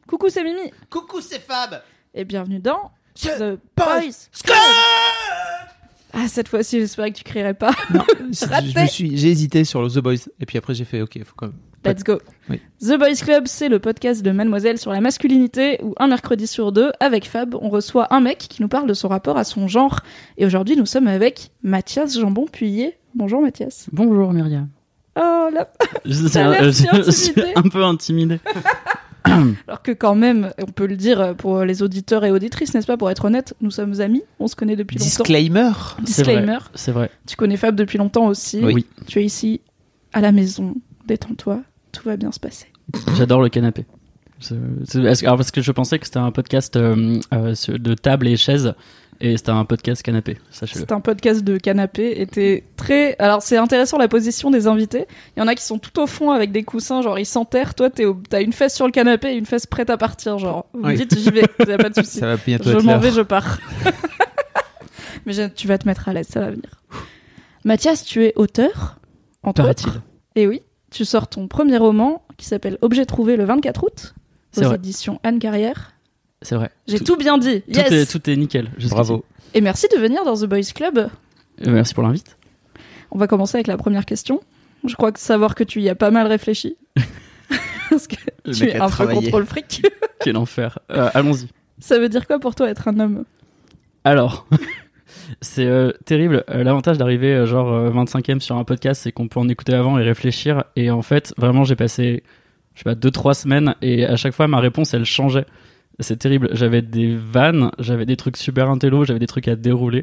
Coucou, c'est Mimi. Coucou, c'est Fab. Et bienvenue dans The Boys Club. Ah, cette fois-ci, j'espérais que tu crierais pas. Non, Raté. j'ai hésité sur The Boys et puis après j'ai fait ok, faut quand même. Let's go. Oui. The Boys Club, c'est le podcast de Mademoiselle sur la masculinité où un mercredi sur deux, avec Fab, on reçoit un mec qui nous parle de son rapport à son genre. Et aujourd'hui, nous sommes avec Mathias Jambon-Puyer. Bonjour Mathias. Bonjour Myriam. Oh là. J'étais l'air si intimidé. un peu intimidé. Alors que quand même, on peut le dire pour les auditeurs et auditrices, n'est-ce pas? Pour être honnête, nous sommes amis, on se connaît depuis longtemps. Disclaimer. Disclaimer. C'est vrai. Tu connais Fab depuis longtemps aussi. Oui. Tu es ici, à la maison, détends-toi, tout va bien se passer. J'adore le canapé. Parce que je pensais que c'était un podcast de table et chaises, et c'était un podcast canapé, sachez-le. C'est un podcast de canapé, et t'es très... Alors c'est intéressant la position des invités. Il y en a qui sont tout au fond avec des coussins, genre ils s'enterrent. Toi t'as une fesse sur le canapé et une fesse prête à partir, genre vous Oui. dites j'y vais, y a pas de souci. Ça va bientôt Je être m'en l'heure. vais, je pars. Mais tu vas te mettre à l'aise, ça va venir. Mathias, tu es auteur, entre Paraît-il. autres. Et oui, tu sors ton premier roman qui s'appelle Objet trouvé le 24 août C'est aux vrai. éditions Anne Carrière. C'est vrai. J'ai tout bien dit. Yes. Tout est nickel. jusqu'ici. Bravo. Et merci de venir dans The Boys Club. Merci pour l'invite. On va commencer avec la première question. Je crois que savoir que tu y as pas mal réfléchi. Parce que Le tu mec es a un peu travaillé. contrôle fric. Quel enfer. Allons-y. Ça veut dire quoi pour toi être un homme? Alors, c'est terrible. L'avantage d'arriver 25e sur un podcast, c'est qu'on peut en écouter avant et réfléchir. Et en fait, vraiment, j'ai passé, 2-3 semaines et à chaque fois, ma réponse, elle changeait. C'est terrible. J'avais des vannes, j'avais des trucs super intello, j'avais des trucs à dérouler.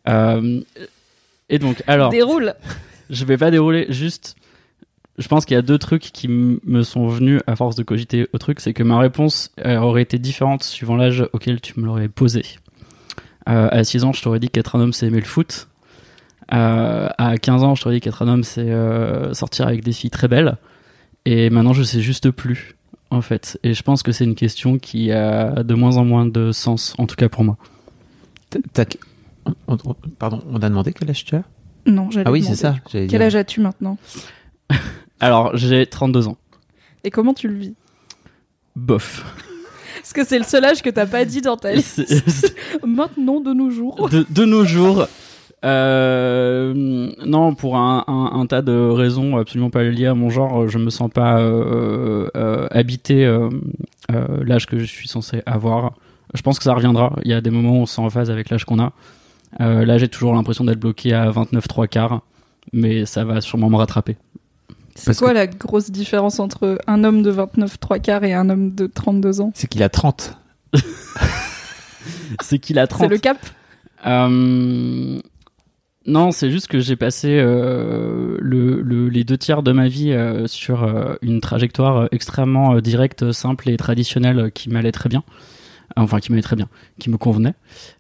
Et donc, alors, Déroule. je vais pas dérouler, juste... Je pense qu'il y a deux trucs qui me sont venus à force de cogiter au truc. C'est que ma réponse aurait été différente suivant l'âge auquel tu me l'aurais posé. À 6 ans, je t'aurais dit qu'être un homme, c'est aimer le foot. À 15 ans, je t'aurais dit qu'être un homme, c'est sortir avec des filles très belles. Et maintenant, je sais juste plus, en fait. Et je pense que c'est une question qui a de moins en moins de sens, en tout cas pour moi. Pardon, on a demandé quel âge tu as? Non, j'allais Ah oui, demander. c'est ça. J'allais Quel dire. âge as-tu maintenant? Alors, j'ai 32 ans. Et comment tu le vis? Bof. Parce que c'est le seul âge que t'as pas dit dans ta liste. C'est- Maintenant, de nos jours. de nos jours, non, pour un tas de raisons absolument pas liées à mon genre, je me sens pas habiter l'âge que je suis censé avoir. Je pense que ça reviendra. Il y a des moments où on se sent en phase avec l'âge qu'on a. Là, j'ai toujours l'impression d'être bloqué à 29 3/4, mais ça va sûrement me rattraper. C'est Parce quoi la grosse différence entre un homme de 29 3/4 et un homme de 32 ans? C'est qu'il a 30. C'est qu'il a 30. C'est le cap? Non, c'est juste que j'ai passé les 2 tiers de ma vie sur une trajectoire extrêmement directe, simple et traditionnelle qui m'allait très bien. Enfin, qui m'allait très bien, qui me convenait.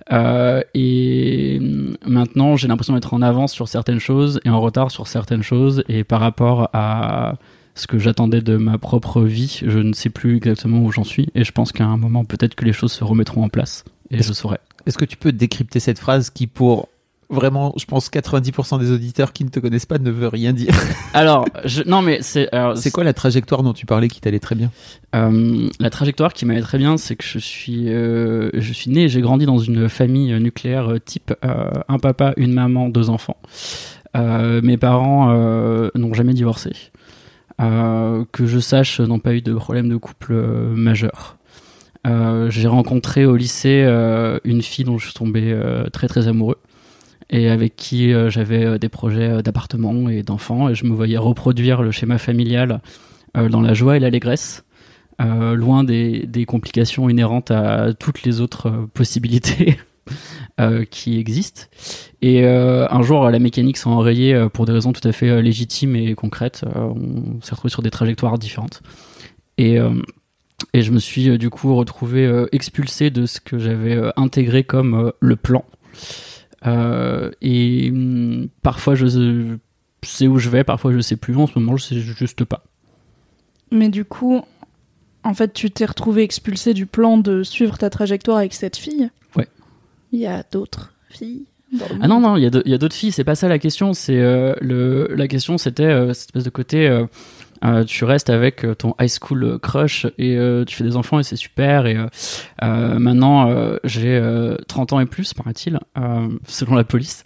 Et maintenant, j'ai l'impression d'être en avance sur certaines choses et en retard sur certaines choses. Et par rapport à ce que j'attendais de ma propre vie, je ne sais plus exactement où j'en suis. Et je pense qu'à un moment, peut-être que les choses se remettront en place. Et je saurai. Est-ce que tu peux décrypter cette phrase qui, pour vraiment, je pense, 90% des auditeurs qui ne te connaissent pas, ne veut rien dire? Alors, non, mais c'est C'est quoi la trajectoire dont tu parlais qui t'allait très bien? la trajectoire qui m'allait très bien, c'est que je suis né et j'ai grandi dans une famille nucléaire type un papa, une maman, 2 enfants. Mes parents n'ont jamais divorcé. Que je sache, n'ont pas eu de problème de couple majeur. J'ai rencontré au lycée une fille dont je suis tombé très très amoureux et avec qui j'avais des projets d'appartement et d'enfants et je me voyais reproduire le schéma familial dans la joie et l'allégresse, loin des complications inhérentes à toutes les autres possibilités qui existent. Et un jour, la mécanique s'est enrayée pour des raisons tout à fait légitimes et concrètes. On s'est retrouvés sur des trajectoires différentes. Et je me suis du coup retrouvé expulsé de ce que j'avais intégré comme le plan. Parfois je sais où je vais, parfois je sais plus. En ce moment, je sais juste pas. Mais du coup, en fait, tu t'es retrouvé expulsé du plan de suivre ta trajectoire avec cette fille? Ouais. Il y a d'autres filles dans le Ah monde? non, il y a d'autres filles, c'est pas ça la question. C'est la question, c'était cette espèce de côté Tu restes avec ton high school crush et tu fais des enfants et c'est super. Et maintenant, j'ai 30 ans et plus, paraît-il, selon la police.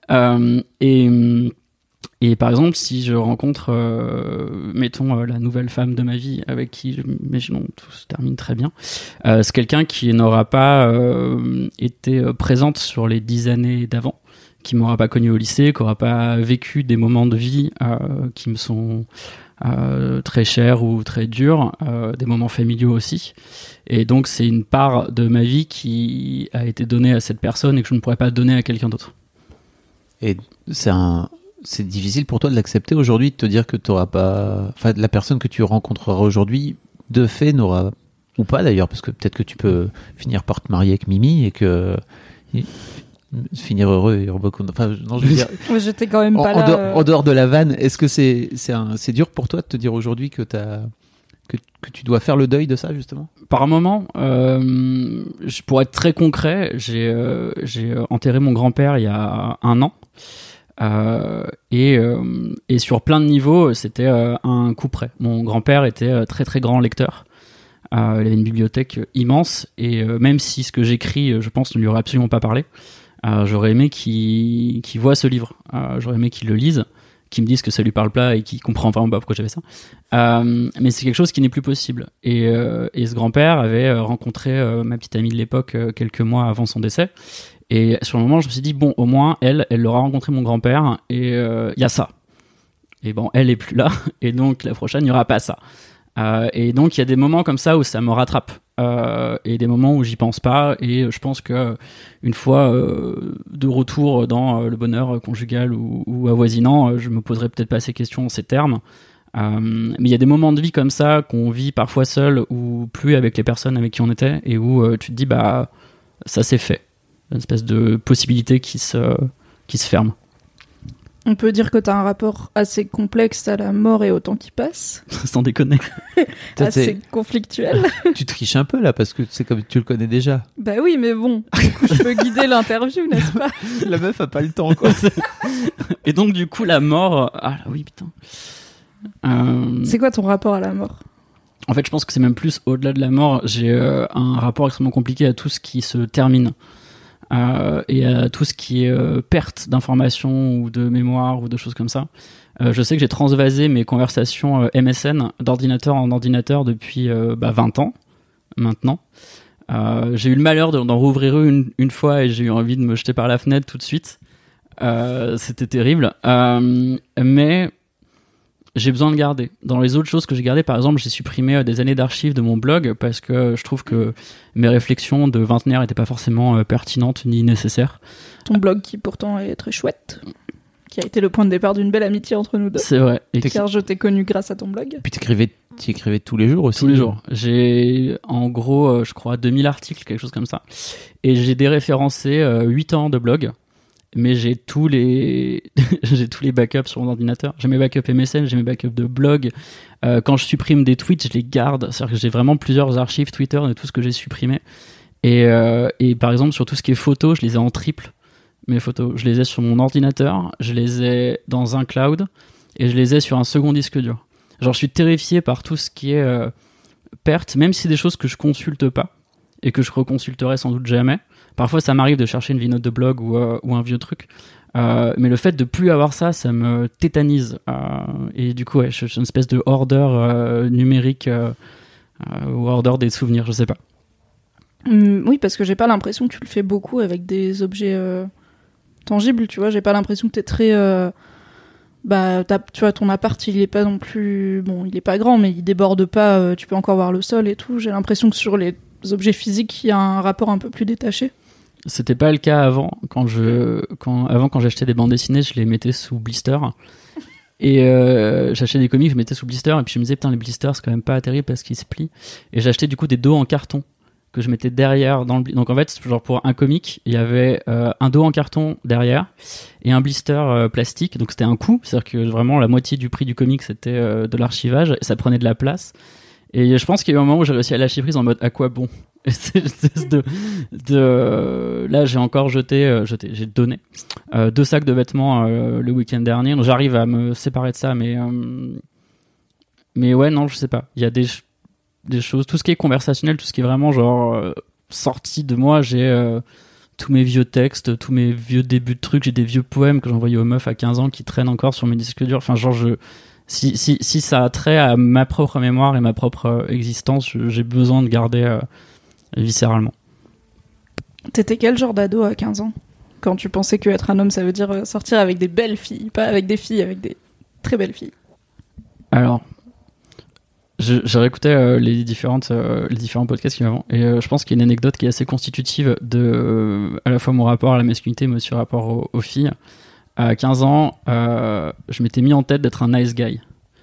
Et par exemple, si je rencontre, mettons, la nouvelle femme de ma vie avec qui, imaginons, tout se termine très bien, c'est quelqu'un qui n'aura pas été présente sur les 10 années d'avant, qui m'aura pas connu au lycée, qui n'aura pas vécu des moments de vie qui me sont très chers ou très durs, des moments familiaux aussi. Et donc, c'est une part de ma vie qui a été donnée à cette personne et que je ne pourrais pas donner à quelqu'un d'autre. Et c'est difficile pour toi de l'accepter aujourd'hui, de te dire que t'auras pas, enfin, la personne que tu rencontreras aujourd'hui, de fait, n'aura, ou pas d'ailleurs, parce que peut-être que tu peux finir par te marier avec Mimi et que finir heureux et enfin, non, je veux dire, j'étais quand même pas là. En dehors de la vanne, est-ce que c'est dur pour toi de te dire aujourd'hui que que tu dois faire le deuil de ça, justement? Par moment, pour être très concret, j'ai enterré mon grand-père il y a 1 an. Et sur plein de niveaux, c'était un coup près. Mon grand-père était très très grand lecteur. Il avait une bibliothèque immense et même si ce que j'écris, je pense, ne lui aurait absolument pas parlé, j'aurais aimé qu'il voie ce livre. J'aurais aimé qu'il le lise, qu'il me dise que ça lui parle pas et qu'il comprend vraiment pas pourquoi j'avais ça. Mais c'est quelque chose qui n'est plus possible. Et ce grand-père avait rencontré ma petite amie de l'époque quelques mois avant son décès. Et sur le moment, je me suis dit, bon, au moins, elle aura rencontré mon grand-père et il y a ça. Et bon, elle est plus là, et donc la prochaine, il n'y aura pas ça. Et donc, il y a des moments comme ça où ça me rattrape. Et des moments où j'y pense pas. Et je pense que une fois de retour dans le bonheur conjugal ou avoisinant, je me poserai peut-être pas ces questions en ces termes. Mais il y a des moments de vie comme ça qu'on vit parfois seul ou plus avec les personnes avec qui on était et où tu te dis, bah, ça c'est fait. Une espèce de possibilité qui se ferme. On peut dire que tu as un rapport assez complexe à la mort et au temps qui passe. Sans déconner. Assez conflictuel. Tu triches un peu là, parce que c'est comme tu le connais déjà. Bah oui, mais bon, du coup, je peux guider l'interview, n'est-ce pas? La meuf a pas le temps, quoi. Et donc, du coup, la mort... Ah oui, putain. C'est quoi ton rapport à la mort? En fait, je pense que c'est même plus au-delà de la mort. J'ai un rapport extrêmement compliqué à tout ce qui se termine. Et à tout ce qui est perte d'informations ou de mémoire ou de choses comme ça. Je sais que j'ai transvasé mes conversations MSN d'ordinateur en ordinateur depuis 20 ans maintenant. J'ai eu le malheur d'en rouvrir une fois et j'ai eu envie de me jeter par la fenêtre tout de suite. C'était terrible. Mais j'ai besoin de garder. Dans les autres choses que j'ai gardées, par exemple, j'ai supprimé des années d'archives de mon blog parce que je trouve que mes réflexions de vingtenaire n'étaient pas forcément pertinentes ni nécessaires. Ton blog qui pourtant est très chouette, qui a été le point de départ d'une belle amitié entre nous deux. C'est vrai. Car je t'ai connu grâce à ton blog. Puis tu écrivais tous les jours aussi. Tous les jours. J'ai en gros, je crois, 2000 articles, quelque chose comme ça. Et j'ai déréférencé 8 ans de blog. Mais j'ai tous les backups sur mon ordinateur. J'ai mes backups MSN, j'ai mes backups de blog. Quand je supprime des tweets, je les garde. C'est-à-dire que j'ai vraiment plusieurs archives Twitter de tout ce que j'ai supprimé. Et par exemple, sur tout ce qui est photos, je les ai en triple. Mes photos, je les ai sur mon ordinateur, je les ai dans un cloud et je les ai sur un second disque dur. Genre, je suis terrifié par tout ce qui est perte, même si c'est des choses que je consulte pas et que je reconsulterai sans doute jamais. Parfois, ça m'arrive de chercher une vieille note de blog ou un vieux truc. Mais le fait de plus avoir ça, ça me tétanise. Et du coup, ouais, je suis une espèce de hoarder numérique ou hoarder des souvenirs, je sais pas. Oui, parce que j'ai pas l'impression que tu le fais beaucoup avec des objets tangibles, tu vois. J'ai pas l'impression que t'es très... tu vois, ton appart, il est pas non plus... Bon, il est pas grand, mais il déborde pas. Tu peux encore voir le sol et tout. J'ai l'impression que sur les objets physiques, il y a un rapport un peu plus détaché. C'était pas le cas avant. Quand j'achetais des bandes dessinées, je les mettais sous blister. Et j'achetais des comics, je mettais sous blister. Et puis je me disais, putain, les blisters, c'est quand même pas terrible parce qu'ils se plient. Et j'achetais du coup des dos en carton que je mettais derrière dans le blister. Donc en fait, genre pour un comic, il y avait un dos en carton derrière et un blister plastique. Donc c'était un coût. C'est-à-dire que vraiment la moitié du prix du comic, c'était de l'archivage. Et ça prenait de la place. Et je pense qu'il y a eu un moment où j'ai réussi à lâcher prise en mode à quoi bon. Et c'est là j'ai encore j'ai donné 2 sacs de vêtements le week-end dernier. Donc j'arrive à me séparer de ça, mais mais ouais, non, je sais pas. Il y a des choses, tout ce qui est conversationnel, tout ce qui est vraiment genre sorti de moi, j'ai tous mes vieux textes, tous mes vieux débuts de trucs, j'ai des vieux poèmes que j'envoyais aux meufs à 15 ans qui traînent encore sur mes disques durs. Enfin, genre, si ça a trait à ma propre mémoire et ma propre existence, j'ai besoin de garder viscéralement. T'étais quel genre d'ado à 15 ans ? Quand tu pensais que être un homme, ça veut dire sortir avec des belles filles, pas avec des filles, avec des très belles filles. Alors, j'ai réécouté les différents podcasts qu'il y a avant, et je pense qu'il y a une anecdote qui est assez constitutive de à la fois mon rapport à la masculinité, mais aussi le rapport aux filles. À 15 ans, je m'étais mis en tête d'être un nice guy.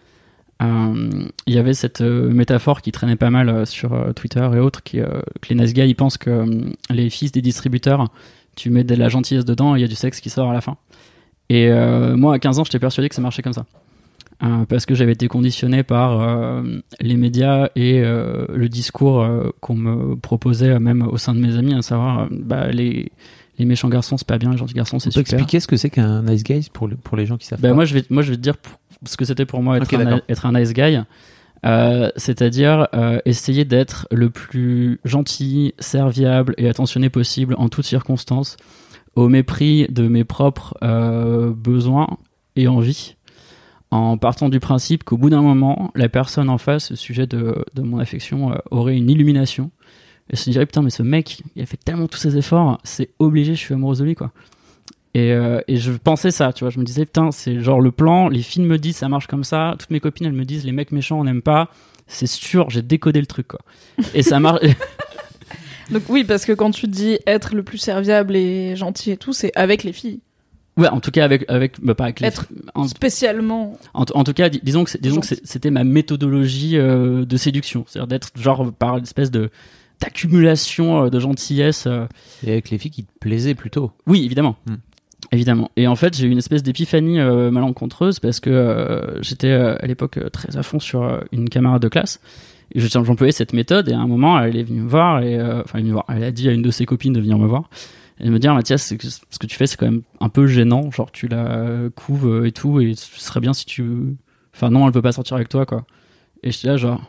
Il y avait cette métaphore qui traînait pas mal sur Twitter et autres, que les nice guys, ils pensent que les fils des distributeurs, tu mets de la gentillesse dedans et il y a du sexe qui sort à la fin. Et moi, à 15 ans, j'étais persuadé que ça marchait comme ça. Parce que j'avais été conditionné par les médias et le discours qu'on me proposait même au sein de mes amis, à savoir les méchants garçons c'est pas bien, les gentils garçons c'est super. Tu peux expliquer ce que c'est qu'un nice guy pour les gens qui savent pas. Moi je vais te dire ce que c'était pour moi être un nice guy, c'est-à-dire essayer d'être le plus gentil, serviable et attentionné possible en toutes circonstances, au mépris de mes propres besoins et envies, en partant du principe qu'au bout d'un moment, la personne en face, au sujet de mon affection, aurait une illumination et se dirait putain, mais ce mec, il a fait tellement tous ses efforts, c'est obligé, je suis amoureuse de lui, quoi. Et je pensais ça, tu vois, je me disais putain, c'est genre le plan, les films me disent ça marche comme ça, toutes mes copines elles me disent les mecs méchants on n'aime pas, c'est sûr, j'ai décodé le truc, quoi. Et ça marche. Donc oui, parce que quand tu dis être le plus serviable et gentil et tout, c'est avec les filles. Ouais, en tout cas pas avec les être spécialement. En tout cas, disons que c'était ma méthodologie de séduction, c'est-à-dire d'être genre par une espèce d'accumulation de gentillesse. Et avec les filles qui te plaisaient plutôt. Oui, évidemment. Évidemment. Et en fait, j'ai eu une espèce d'épiphanie malencontreuse parce que j'étais à l'époque très à fond sur une camarade de classe. Et j'employais cette méthode et à un moment, elle est venue me voir elle a dit à une de ses copines de venir me voir. Elle me dit Mathias, ce que tu fais c'est quand même un peu gênant, genre tu la couves et tout et ce serait bien si tu non, elle veut pas sortir avec toi, quoi. Et j'étais là genre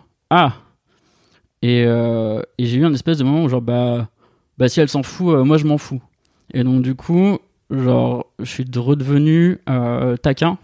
et j'ai eu un espèce de moment où genre si elle s'en fout, moi je m'en fous. Et donc du coup, genre je suis redevenu taquin,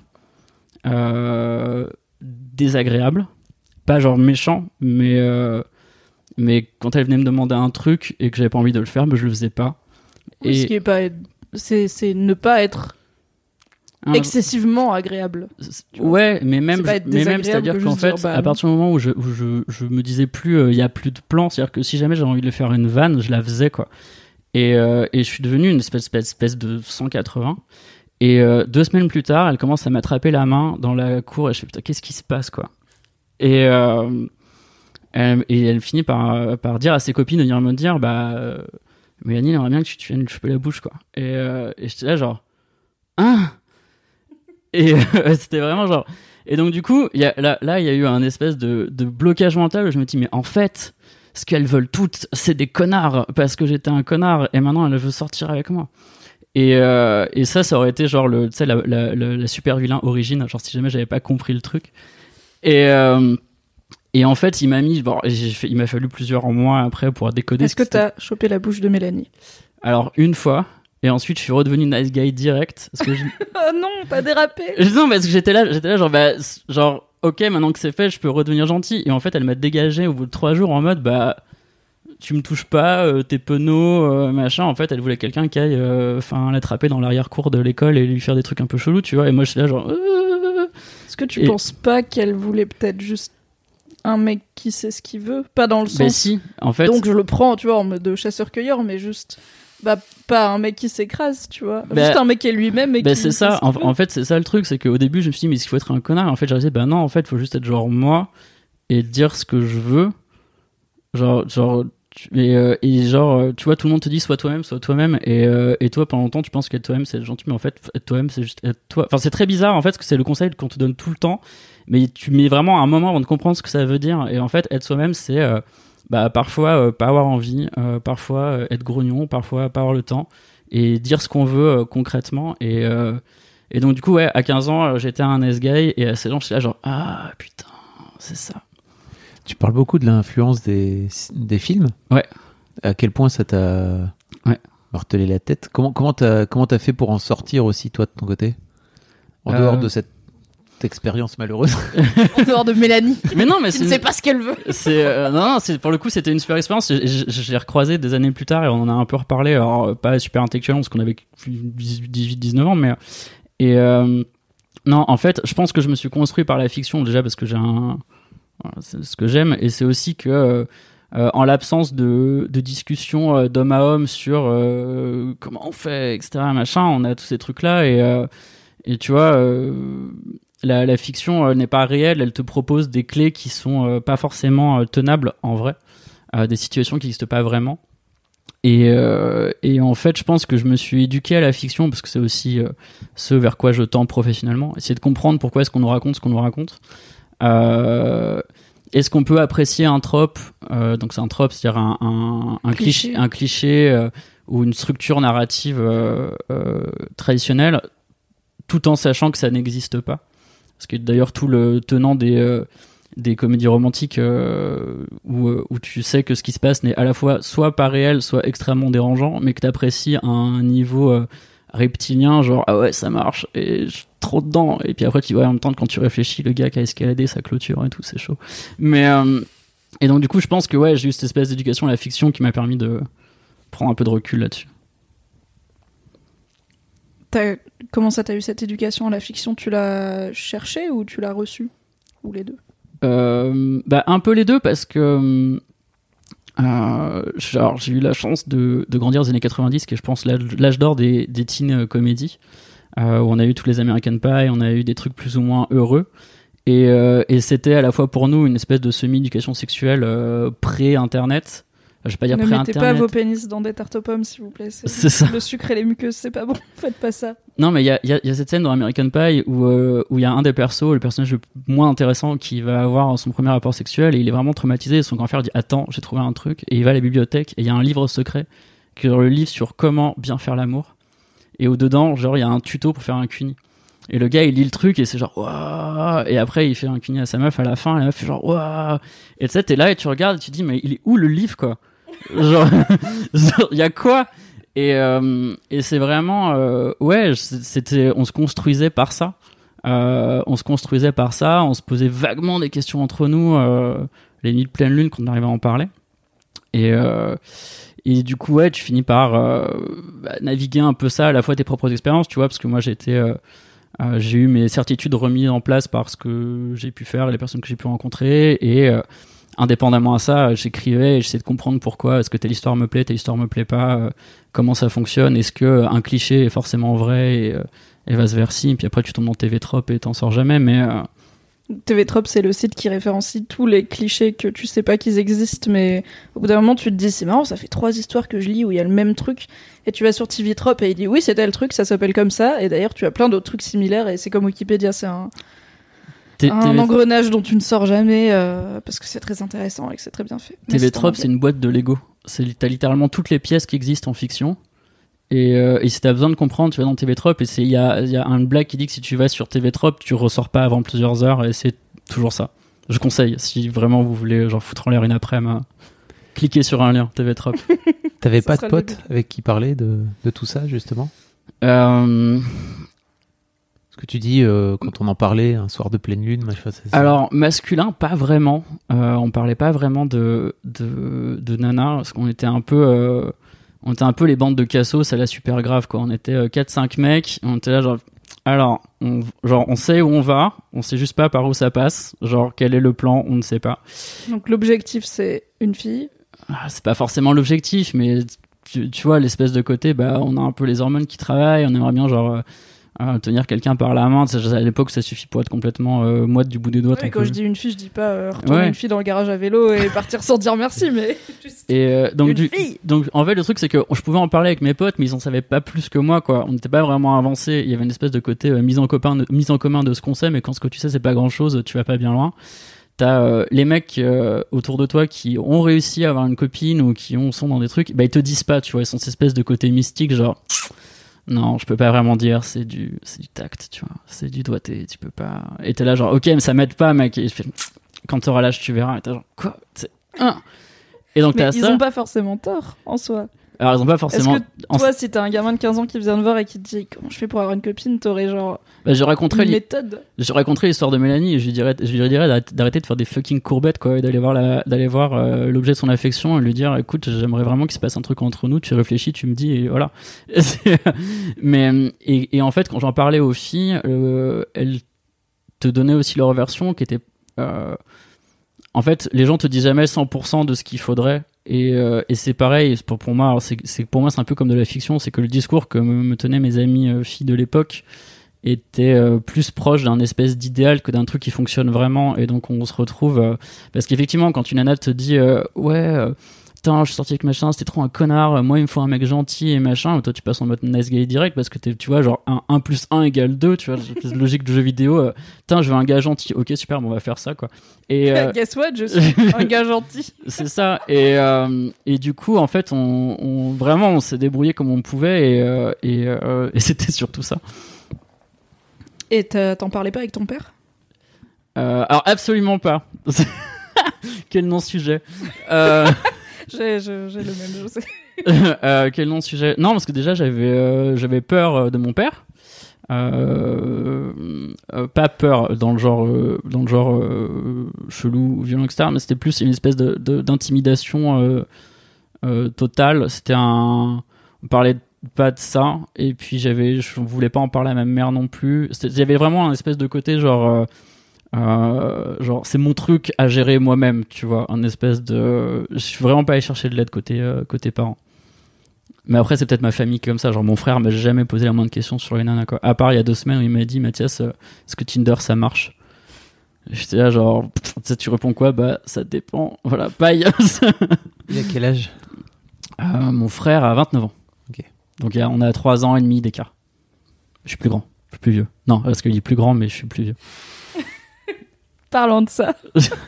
désagréable, pas genre méchant, mais quand elle venait me demander un truc et que j'avais pas envie de le faire, je le faisais pas. Oui, ce qui est pas, c'est ne pas être excessivement agréable. Ouais, mais même c'est-à-dire qu'en fait, à partir du moment où je me disais plus, il y a plus de plan, c'est-à-dire que si jamais j'avais envie de faire une vanne, je la faisais, quoi. Et je suis devenu une espèce de 180. Et 2 semaines plus tard, elle commence à m'attraper la main dans la cour et je fais putain, qu'est-ce qui se passe, quoi. Et elle finit par dire à ses copines de venir me dire Mélanie, elle aimerait bien que tu viennes lui choper la bouche, quoi. Et j'étais là genre et c'était vraiment genre. Et donc du coup, il y a eu un espèce de blocage mental où je me dis mais en fait, ce qu'elles veulent toutes, c'est des connards parce que j'étais un connard et maintenant elle veut sortir avec moi. Et ça aurait été genre la super vilain origine, genre si jamais j'avais pas compris le truc. Et en fait, il m'a fallu plusieurs mois après pour décoder. Est-ce que t'as chopé la bouche de Mélanie ? Alors, une fois, et ensuite je suis redevenu nice guy direct. Parce que oh non, pas dérapé. Non, parce que j'étais là genre, ok, maintenant que c'est fait, je peux redevenir gentil. Et en fait, elle m'a dégagé au bout de 3 jours en mode, tu me touches pas, t'es penaud, machin. En fait, elle voulait quelqu'un qui aille, l'attraper dans l'arrière-cour de l'école et lui faire des trucs un peu chelous, tu vois. Et moi, j'étais là genre. Est-ce que tu penses pas qu'elle voulait peut-être juste un mec qui sait ce qu'il veut, pas dans le sens si, en fait. Donc je le prends, tu vois, en mode chasseur-cueilleur, mais juste pas un mec qui s'écrase, tu vois, juste un mec qui est lui-même et qui c'est ça. En fait, c'est ça le truc, c'est qu'au début je me suis dit mais il faut être un connard, et en fait j'ai réalisé non, en fait faut juste être genre moi et dire ce que je veux, genre et genre tu vois, tout le monde te dit sois toi-même et toi pendant longtemps tu penses qu'être toi-même c'est être gentil, mais en fait être toi-même c'est juste être toi. Enfin c'est très bizarre en fait, parce que c'est le conseil qu'on te donne tout le temps, mais tu mets vraiment un moment avant de comprendre ce que ça veut dire. Et en fait être soi-même c'est parfois pas avoir envie, parfois être grognon, parfois pas avoir le temps, et dire ce qu'on veut concrètement. Et donc du coup ouais, à 15 ans j'étais un nice guy, et à 16 ans j'étais là genre putain C'est ça. Tu parles beaucoup de l'influence des films. Ouais. À quel point ça t'a martelé la tête? Comment t'as fait pour en sortir aussi, toi, de ton côté? En dehors de cette expérience malheureuse. En dehors de Mélanie. Mais non, mais tu ne sais pas ce qu'elle veut. Non, pour le coup, c'était une super expérience. Je l'ai recroisé des années plus tard et on en a un peu reparlé. Alors, pas super intellectuellement parce qu'on avait 18-19 ans, mais. Et non, en fait, je pense que je me suis construit par la fiction déjà parce que c'est ce que j'aime, et c'est aussi que en l'absence de discussion d'homme à homme sur comment on fait, etc., machin, on a tous ces trucs là, et tu vois, la fiction n'est pas réelle, elle te propose des clés qui sont pas forcément tenables en vrai, des situations qui n'existent pas vraiment. Et en fait, je pense que je me suis éduqué à la fiction parce que c'est aussi ce vers quoi je tends professionnellement. Essayer de comprendre pourquoi est-ce qu'on nous raconte ce qu'on nous raconte. Est-ce qu'on peut apprécier un trope, donc c'est un trope, c'est-à-dire un cliché ou une structure narrative traditionnelle, tout en sachant que ça n'existe pas. Parce que d'ailleurs tout le tenant des comédies romantiques où tu sais que ce qui se passe n'est à la fois soit pas réel, soit extrêmement dérangeant, mais que t'apprécies à un niveau reptilien, genre ah ouais ça marche et je suis trop dedans, et puis après tu vois en même temps quand tu réfléchis, le gars qui a escaladé sa clôture et tout, c'est chaud. Mais et donc du coup je pense que ouais, j'ai eu cette espèce d'éducation à la fiction qui m'a permis de prendre un peu de recul là-dessus. Comment ça, t'as eu cette éducation à la fiction? Tu l'as cherchée ou tu l'as reçue? Ou les deux? Un peu les deux, parce que genre, j'ai eu la chance de grandir aux années 90, qui est je pense l'âge d'or des teen comédies, où on a eu tous les American Pie, on a eu des trucs plus ou moins heureux, et c'était à la fois pour nous une espèce de semi-éducation sexuelle pré-internet. Je vais pas dire pré-internet. Ne mettez pas vos pénis dans des tartes aux pommes, s'il vous plaît. C'est ça. Le sucre et les muqueuses, c'est pas bon. Faites pas ça. Non, mais il y a cette scène dans American Pie où il y a un des persos, le personnage le moins intéressant, qui va avoir son premier rapport sexuel, et il est vraiment traumatisé, et son grand frère dit attends, j'ai trouvé un truc, et il va à la bibliothèque et il y a un livre secret qui est le livre sur comment bien faire l'amour, et au dedans genre il y a un tuto pour faire un cuni, et le gars il lit le truc et c'est genre waouh, et après il fait un cuni à sa meuf à la fin, et la meuf fait genre waouh, et tu sais t'es là et tu regardes et tu te dis mais il est où le livre quoi, genre il y a quoi. Et c'est vraiment ouais, c'était, on se construisait par ça, on se posait vaguement des questions entre nous les nuits de pleine lune quand on arrivait à en parler, et du coup ouais, tu finis par naviguer un peu ça, à la fois tes propres expériences, tu vois, parce que moi j'ai eu mes certitudes remises en place par ce que j'ai pu faire et les personnes que j'ai pu rencontrer, et indépendamment à ça, j'écrivais et j'essayais de comprendre pourquoi, est-ce que telle histoire me plaît pas, comment ça fonctionne, est-ce que un cliché est forcément vrai, et vice versa, puis après tu tombes dans TV Trop et t'en sors jamais. Mais TV Trop, c'est le site qui référencie tous les clichés que tu sais pas qu'ils existent, mais au bout d'un moment tu te dis c'est marrant, ça fait 3 histoires que je lis où il y a le même truc, et tu vas sur TV Trop et il dit oui c'était le truc, ça s'appelle comme ça, et d'ailleurs tu as plein d'autres trucs similaires, et c'est comme Wikipédia, c'est un engrenage dont tu ne sors jamais, parce que c'est très intéressant et que c'est très bien fait. TV Trop, c'est une boîte de Lego. T'as littéralement toutes les pièces qui existent en fiction. Et si t'as besoin de comprendre, tu vas dans TV Trop, et il y a un blague qui dit que si tu vas sur TV Trop, tu ressors pas avant plusieurs heures, et c'est toujours ça. Je conseille, si vraiment vous voulez genre foutre en l'air une après-midi, cliquez sur un lien, TV Trop. T'avais pas de pote avec qui parler de tout ça, justement? Que tu dis quand on en parlait un soir de pleine lune, alors masculin pas vraiment, on parlait pas vraiment de nana, parce qu'on était un peu les bandes de cassos à la super grave quoi. On était 4-5 mecs, on était là genre alors on sait où on va, on sait juste pas par où ça passe, genre quel est le plan, on ne sait pas. Donc l'objectif c'est une fille. C'est pas forcément l'objectif, mais tu vois l'espèce de côté, on a un peu les hormones qui travaillent, on aimerait bien genre tenir quelqu'un par la main, à l'époque ça suffit pour être complètement moite du bout des doigts. Ouais, quand je dis une fille, je dis pas retourner une fille dans le garage à vélo et partir sans dire merci, mais juste donc en fait le truc c'est que je pouvais en parler avec mes potes, mais ils en savaient pas plus que moi quoi. On n'était pas vraiment avancé, il y avait une espèce de côté mise en commun de ce qu'on sait, mais quand ce que tu sais c'est pas grand chose, tu vas pas bien loin. T'as les mecs autour de toi qui ont réussi à avoir une copine ou qui sont dans des trucs, ils te disent pas, tu vois, ils sont cette espèce de côté mystique genre non, je peux pas vraiment dire, c'est du tact, tu vois, c'est du doigté, tu peux pas. Et t'es là genre, ok, mais ça m'aide pas, mec. Et je fais, quand t'auras l'âge, tu verras. Et t'as genre, quoi? Et donc, Mais t'as ils ça. ont pas forcément tort, en soi. Alors, ils ont pas forcément. Est-ce que toi, si t'as un gamin de 15 ans qui vient te voir et qui te dit comment je fais pour avoir une copine, t'aurais genre Bah, j'ai raconté une méthode? l'histoire de Mélanie et je lui dirais d'arrêter de faire des fucking courbettes, quoi, et d'aller voir l'objet de son affection et lui dire, écoute, j'aimerais vraiment qu'il se passe un truc entre nous, tu réfléchis, tu me dis, et voilà. Mais, et en fait, quand j'en parlais aux filles, elles te donnaient aussi leur version qui était, en fait, les gens te disent jamais 100% de ce qu'il faudrait. Et c'est pareil pour moi. Alors pour moi, c'est un peu comme de la fiction. C'est que le discours que me tenaient mes amies filles de l'époque était plus proche d'un espèce d'idéal que d'un truc qui fonctionne vraiment. Et donc on se retrouve parce qu'effectivement, quand une nana te dit putain, je suis sorti avec machin, c'était trop un connard, moi il me faut un mec gentil et machin, toi tu passes en mode nice guy direct parce que tu vois, genre 1 plus 1 égale 2, tu vois, cette logique de jeu vidéo, putain, je veux un gars gentil, ok super, bon, on va faire ça, quoi. Et Guess what, je suis un gars gentil. c'est ça, et du coup, en fait, on s'est débrouillé comme on pouvait, et c'était surtout ça. Et t'en parlais pas avec ton père? Alors, absolument pas. Quel non-sujet. J'ai le même, je sais. Quel non-sujet. Non, parce que déjà, j'avais peur de mon père. Pas peur dans le genre chelou, violent, etc. Mais c'était plus une espèce d'intimidation totale. On parlait pas de ça. Et puis je voulais pas en parler à ma mère non plus. Il y avait vraiment un espèce de côté genre c'est mon truc à gérer moi-même, tu vois, un espèce de, je suis vraiment pas allé chercher de l'aide côté parents. Mais après c'est peut-être ma famille qui est comme ça, genre mon frère m'a jamais posé la moindre question sur les nanas, quoi, à part il y a 2 semaines où il m'a dit, Mathias, est-ce que Tinder ça marche? J'étais là genre, tu réponds quoi? Bah ça dépend, voilà, paille. Il a quel âge? Mon frère a 29 ans. Ok. Donc on a 3 ans et demi d'écart. Je suis plus grand, je suis plus vieux. Non, parce qu'il est plus grand mais je suis plus vieux. Parlant de ça,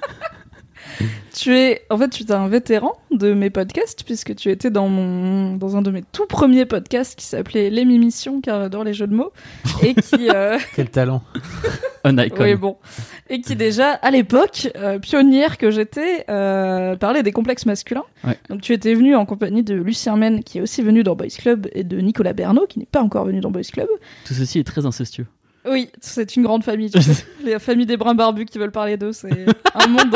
tu es un vétéran de mes podcasts puisque tu étais dans un de mes tout premiers podcasts qui s'appelait Les Mimitions car j'adore les jeux de mots et qui Quel talent. Un icon. oui, bon, et qui déjà à l'époque pionnière que j'étais parlait des complexes masculins. Ouais. Donc tu étais venu en compagnie de Lucien Men qui est aussi venu dans Boys Club et de Nicolas Bernot qui n'est pas encore venu dans Boys Club. Tout ceci est très incestueux. Oui, c'est une grande famille. Tu sais. Les familles des bruns barbus qui veulent parler d'eux, c'est un monde.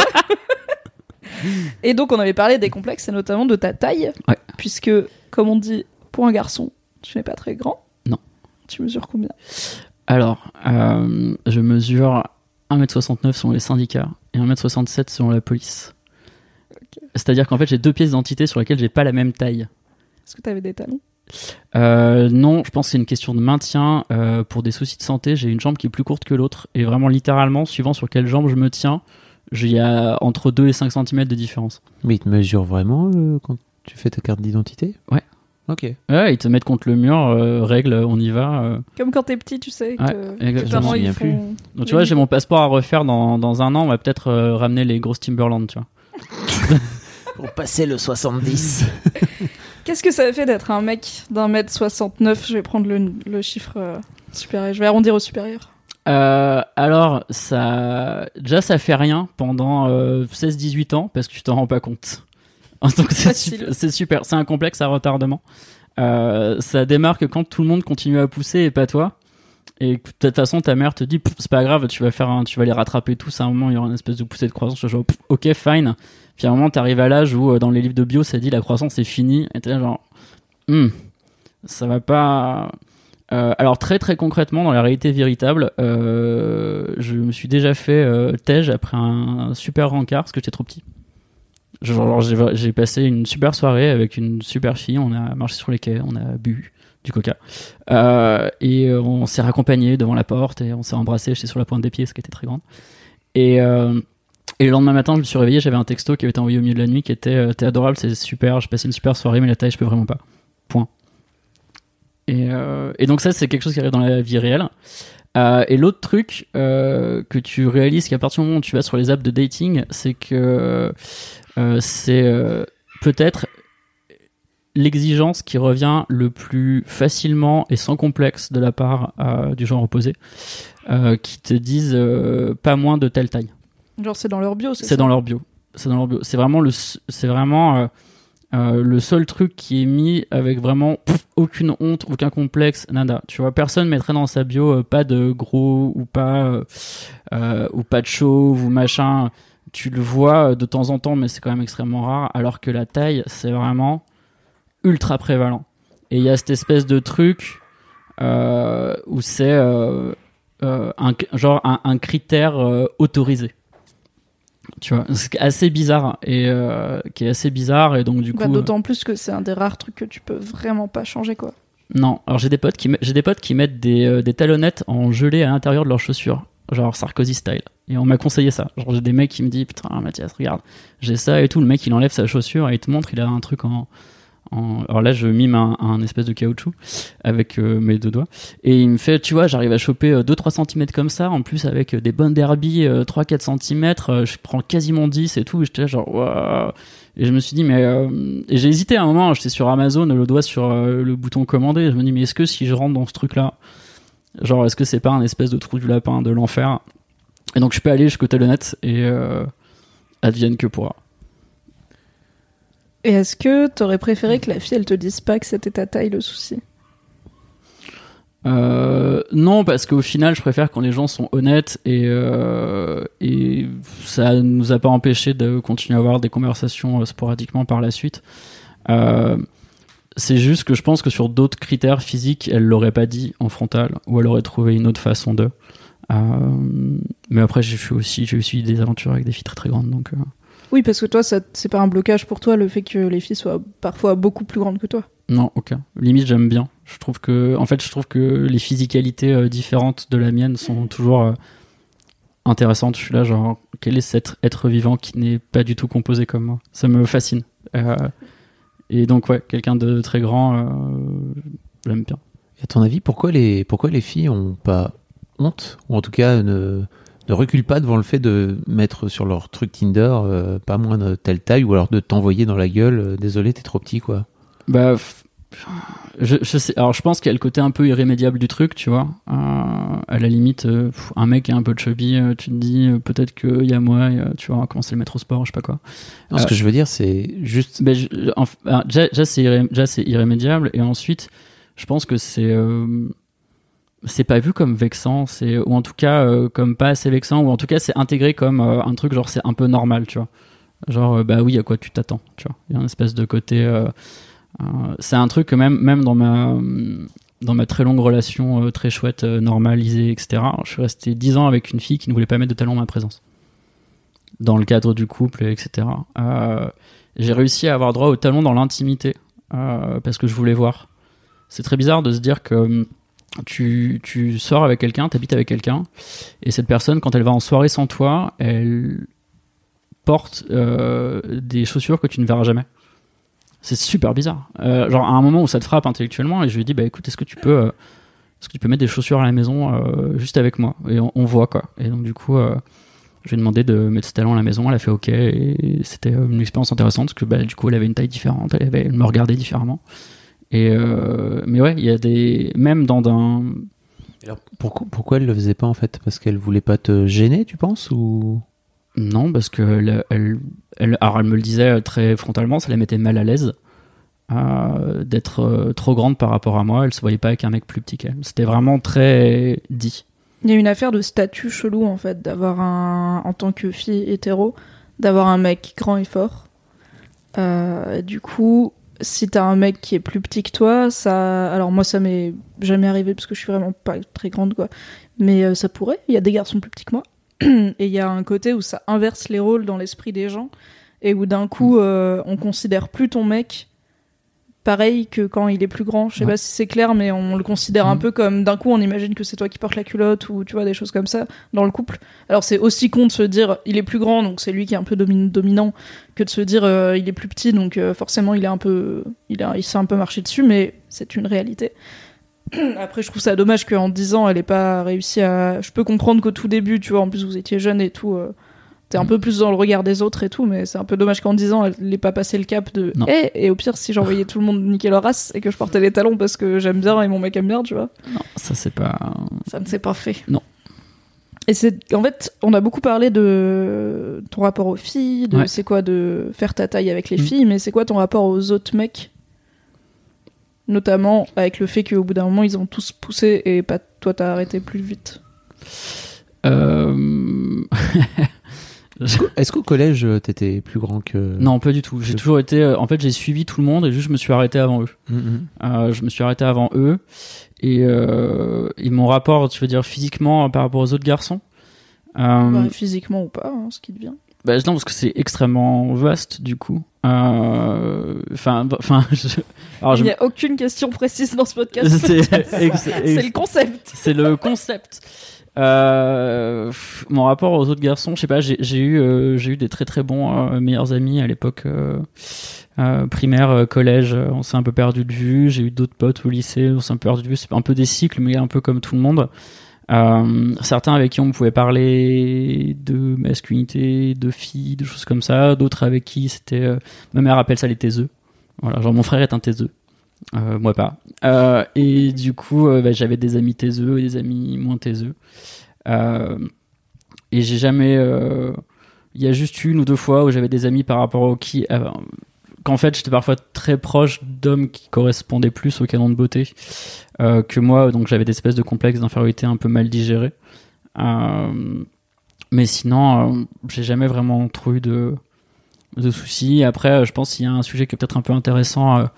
Et donc, on avait parlé des complexes et notamment de ta taille. Ouais. Puisque, comme on dit, pour un garçon, tu n'es pas très grand. Non. Tu mesures combien? Alors, je mesure 1m69 selon les syndicats et 1m67 selon la police. Okay. C'est-à-dire qu'en fait, j'ai 2 pièces d'identité sur lesquelles j'ai pas la même taille. Est-ce que tu avais des talons? Non, je pense que c'est une question de maintien. Pour des soucis de santé, j'ai une jambe qui est plus courte que l'autre. Et vraiment, littéralement, suivant sur quelle jambe je me tiens, il y a entre 2 et 5 cm de différence. Mais ils te mesurent vraiment quand tu fais ta carte d'identité? Ouais. Ok. Ouais, ils te mettent contre le mur, règle, on y va. Comme quand t'es petit, tu sais. Ouais, Tes exactement. parents, Je m'en ils souviens font... Donc tu vois, j'ai mon passeport à refaire dans 1 an. On va peut-être ramener les grosses Timberland, tu vois. Pour passer le 70. Qu'est-ce que ça fait d'être un mec d'1m69? Je vais prendre le chiffre supérieur. Je vais arrondir au supérieur. Alors, ça fait rien pendant 16-18 ans parce que tu t'en rends pas compte. Donc c'est super. C'est un complexe à retardement. Ça démarre que quand tout le monde continue à pousser et pas toi. Et de toute façon, ta mère te dit, c'est pas grave, tu vas les rattraper tous. À un moment, il y aura une espèce de poussée de croissance. Je dis, ok, fine. Puis à un moment, t'arrives à l'âge où dans les livres de bio, ça dit la croissance est finie. Et t'es là genre, ça va pas. Alors très très concrètement, dans la réalité véritable, je me suis déjà fait tège après un super rencard parce que j'étais trop petit. Genre, j'ai passé une super soirée avec une super fille. On a marché sur les quais, on a bu du coca et on s'est raccompagnés devant la porte et on s'est embrassés. J'étais sur la pointe des pieds, ce qui était très grande. Et le lendemain matin, je me suis réveillé, j'avais un texto qui avait été envoyé au milieu de la nuit qui était t'es adorable, c'est super, j'ai passé une super soirée, mais la taille, je peux vraiment pas. Point. Et donc ça, c'est quelque chose qui arrive dans la vie réelle. Et l'autre truc que tu réalises qu'à partir du moment où tu vas sur les apps de dating, c'est que c'est peut-être l'exigence qui revient le plus facilement et sans complexe de la part du genre opposé, qui te disent pas moins de telle taille. Genre, c'est dans leur bio, C'est dans leur bio. C'est dans leur bio. C'est vraiment le seul truc qui est mis avec vraiment aucune honte, aucun complexe, nada. Tu vois, personne mettrait dans sa bio pas de gros ou pas de chauve ou machin. Tu le vois de temps en temps, mais c'est quand même extrêmement rare. Alors que la taille, c'est vraiment ultra prévalent. Et il y a cette espèce de truc où c'est un critère autorisé. Tu vois, c'est assez bizarre et qui est assez bizarre et donc du coup. D'autant plus que c'est un des rares trucs que tu peux vraiment pas changer, quoi. Non, alors j'ai des potes qui mettent des talonnettes en gelée à l'intérieur de leurs chaussures, genre Sarkozy style. Et on m'a conseillé ça. Genre j'ai des mecs qui me disent putain Mathias regarde, j'ai ça et tout. Le mec il enlève sa chaussure et il te montre il a un truc alors là je mime un espèce de caoutchouc avec mes 2 doigts et il me fait tu vois j'arrive à choper 2-3 cm comme ça en plus avec des bonnes derby 3-4 cm je prends quasiment 10 et tout et j'étais là genre waouh. Et je me suis dit mais et j'ai hésité à un moment, j'étais sur Amazon le doigt sur le bouton commander et je me dis mais est-ce que si je rentre dans ce truc là genre est-ce que c'est pas un espèce de trou du lapin de l'enfer. Et donc je peux aller jusqu'au talonnette et advienne que pourra. Et est-ce que t'aurais préféré que la fille elle te dise pas que c'était ta taille le souci? Non, parce qu'au final, je préfère quand les gens sont honnêtes et ça nous a pas empêché de continuer à avoir des conversations sporadiquement par la suite. C'est juste que je pense que sur d'autres critères physiques, elle l'aurait pas dit en frontal ou elle aurait trouvé une autre façon de. Mais après, j'ai eu des aventures avec des filles très très grandes, donc. Oui, parce que toi, c'est pas un blocage pour toi le fait que les filles soient parfois beaucoup plus grandes que toi. Non, aucun. Limite, j'aime bien. Je trouve que les physicalités différentes de la mienne sont toujours intéressantes. Je suis là, genre, quel est cet être vivant qui n'est pas du tout composé comme moi? Ça me fascine. Et donc, ouais, quelqu'un de très grand, j'aime bien. Et à ton avis, pourquoi les filles ont pas honte, ou en tout cas ne reculent pas devant le fait de mettre sur leur truc Tinder pas moins de telle taille, ou alors de t'envoyer dans la gueule désolé t'es trop petit quoi? Bah je sais, alors je pense qu'il y a le côté un peu irrémédiable du truc, tu vois. À la limite un mec qui est un peu chubby, tu te dis peut-être qu'il y a moi, tu vois, commencer à le mettre au sport, je sais pas quoi. Non, ce que je veux dire c'est juste déjà c'est irrémédiable, et ensuite je pense que c'est pas vu comme vexant, ou en tout cas comme pas assez vexant, ou en tout cas c'est intégré comme un truc genre c'est un peu normal, tu vois. Genre bah oui, à quoi tu t'attends, tu vois. Il y a une espèce de côté c'est un truc que même dans ma très longue relation très chouette, normalisée, etc. Je suis resté 10 ans avec une fille qui ne voulait pas mettre de talons en ma présence dans le cadre du couple, etc. J'ai réussi à avoir droit aux talons dans l'intimité parce que je voulais voir. C'est très bizarre de se dire que tu sors avec quelqu'un, t'habites avec quelqu'un, et cette personne, quand elle va en soirée sans toi, elle porte des chaussures que tu ne verras jamais. C'est super bizarre. Genre à un moment où ça te frappe intellectuellement, et je lui dis bah écoute, est-ce que tu peux mettre des chaussures à la maison juste avec moi, et on voit quoi. Et donc du coup je lui ai demandé de mettre ses talons à la maison, elle a fait ok, et c'était une expérience intéressante parce que bah, du coup elle avait une taille différente, elle me regardait différemment. Et mais ouais, il y a des, même dans un. Alors pourquoi elle le faisait pas en fait? Parce qu'elle voulait pas te gêner, tu penses, ou? Non, parce que elle me le disait très frontalement, ça la mettait mal à l'aise d'être trop grande par rapport à moi. Elle se voyait pas avec un mec plus petit qu'elle. C'était vraiment très dit. Il y a une affaire de statut chelou en fait, d'avoir en tant que fille hétéro, d'avoir un mec grand et fort. Du coup, si t'as un mec qui est plus petit que toi, ça. Alors moi, ça m'est jamais arrivé parce que je suis vraiment pas très grande, quoi. Mais ça pourrait. Il y a des garçons plus petits que moi. Et il y a un côté où ça inverse les rôles dans l'esprit des gens et où d'un coup on considère plus ton mec pareil que quand il est plus grand. Je sais pas si c'est clair, mais on le considère un peu comme, d'un coup on imagine que c'est toi qui portes la culotte, ou tu vois, des choses comme ça dans le couple. Alors c'est aussi con de se dire il est plus grand donc c'est lui qui est un peu dominant, que de se dire il est plus petit donc forcément il s'est un peu marché dessus, mais c'est une réalité. Après, je trouve ça dommage qu'en 10 ans, elle ait pas réussi à... Je peux comprendre qu'au tout début, tu vois, en plus vous étiez jeune et tout, t'es un peu plus dans le regard des autres et tout, mais c'est un peu dommage qu'en 10 ans, elle n'ait pas passé le cap de... Et au pire, si j'envoyais tout le monde niquer leur race et que je portais les talons parce que j'aime bien et mon mec aime bien, tu vois. Non, ça c'est pas... Ça ne s'est pas fait. Non. Et en fait, on a beaucoup parlé de ton rapport aux filles, de c'est quoi de faire ta taille avec les filles, mais c'est quoi ton rapport aux autres mecs? Notamment avec le fait qu'au bout d'un moment, ils ont tous poussé et pas toi, t'as arrêté plus vite. Est-ce qu'au collège, t'étais plus grand que... Non, pas du tout. J'ai toujours été... en fait, j'ai suivi tout le monde et juste je me suis arrêté avant eux. Je me suis arrêté avant eux. Et mon rapport, tu veux dire, physiquement par rapport aux autres garçons physiquement ou pas, ce qui devient. Non, parce que c'est extrêmement vaste, du coup. Il n'y a aucune question précise dans ce podcast. C'est le concept. C'est le concept. Mon rapport aux autres garçons, je sais pas, j'ai eu des très très bons meilleurs amis à l'époque primaire, collège, on s'est un peu perdu de vue. J'ai eu d'autres potes au lycée, on s'est un peu perdu de vue. C'est un peu des cycles, mais un peu comme tout le monde. Certains avec qui on pouvait parler de masculinité, de filles, de choses comme ça. D'autres avec qui c'était... ma mère appelle ça les taiseux. Voilà, genre mon frère est un taiseux. Moi pas. Et du coup, j'avais des amis taiseux et des amis moins taiseux. Et j'ai jamais... Il y a juste une ou deux fois où j'avais des amis par rapport aux qui... qu'en fait, j'étais parfois très proche d'hommes qui correspondaient plus au canon de beauté que moi. Donc j'avais des espèces de complexes d'infériorité un peu mal digérés. Mais sinon, j'ai jamais vraiment trop eu de soucis. Après, je pense qu'il y a un sujet qui est peut-être un peu intéressant...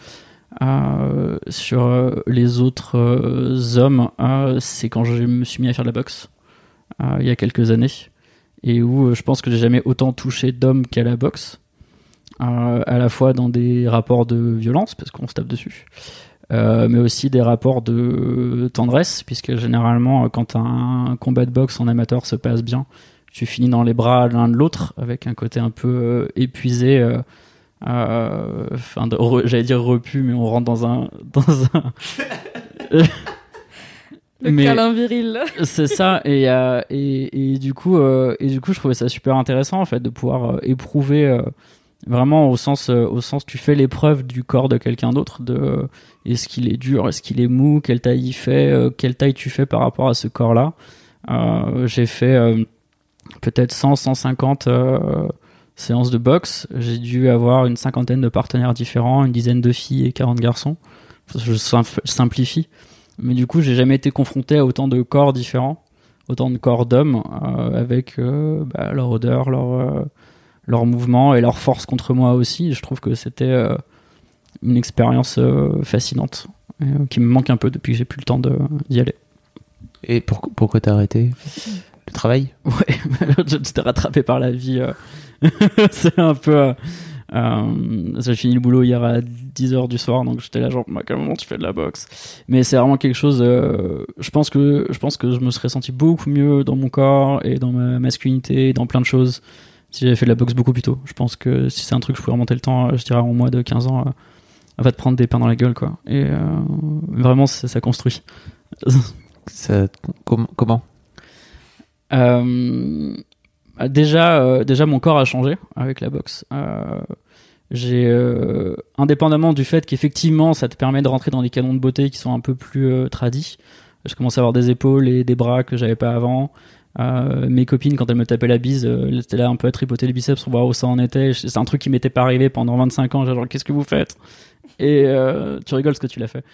sur les autres hommes, c'est quand je me suis mis à faire de la boxe il y a quelques années, et où je pense que j'ai jamais autant touché d'hommes qu'à la boxe, à la fois dans des rapports de violence parce qu'on se tape dessus, mais aussi des rapports de tendresse, puisque généralement quand un combat de boxe en amateur se passe bien, tu finis dans les bras l'un de l'autre avec un côté un peu épuisé, j'allais dire repu, mais on rentre dans un le câlin viril. C'est ça, et du coup je trouvais ça super intéressant en fait de pouvoir éprouver vraiment au sens tu fais l'épreuve du corps de quelqu'un d'autre, de est-ce qu'il est dur, est-ce qu'il est mou, quelle taille il fait, quelle taille tu fais par rapport à ce corps là. J'ai fait peut-être 150 séances de boxe. J'ai dû avoir une 50aine de partenaires différents, une dizaine de filles et 40 garçons. Je simplifie. Mais du coup, j'ai jamais été confronté à autant de corps différents, autant de corps d'hommes, avec leur odeur, leur mouvement et leur force contre moi aussi. Je trouve que c'était une expérience fascinante, qui me manque un peu depuis que j'ai plus le temps d'y aller. Et pourquoi t'as arrêté le travail? Ouais, j'étais rattrapé par la vie. C'est un peu... j'ai fini le boulot hier à 10h du soir, donc j'étais là genre à quel moment tu fais de la boxe? Mais c'est vraiment quelque chose, je pense que je me serais senti beaucoup mieux dans mon corps et dans ma masculinité et dans plein de choses si j'avais fait de la boxe beaucoup plus tôt. Je pense que si c'est un truc que je pouvais remonter le temps, je dirais en moins de 15 ans, va te prendre des pains dans la gueule quoi. Et vraiment ça construit. Comment? Déjà mon corps a changé avec la boxe. J'ai indépendamment du fait qu'effectivement ça te permet de rentrer dans des canons de beauté qui sont un peu plus tradis. Je commence à avoir des épaules et des bras que j'avais pas avant. Mes copines, quand elles me tapaient la bise, elles étaient là un peu à tripoter les biceps pour voir où ça en était. C'est un truc qui m'était pas arrivé pendant 25 ans. Genre qu'est-ce que vous faites? Et tu rigoles ce que tu l'as fait.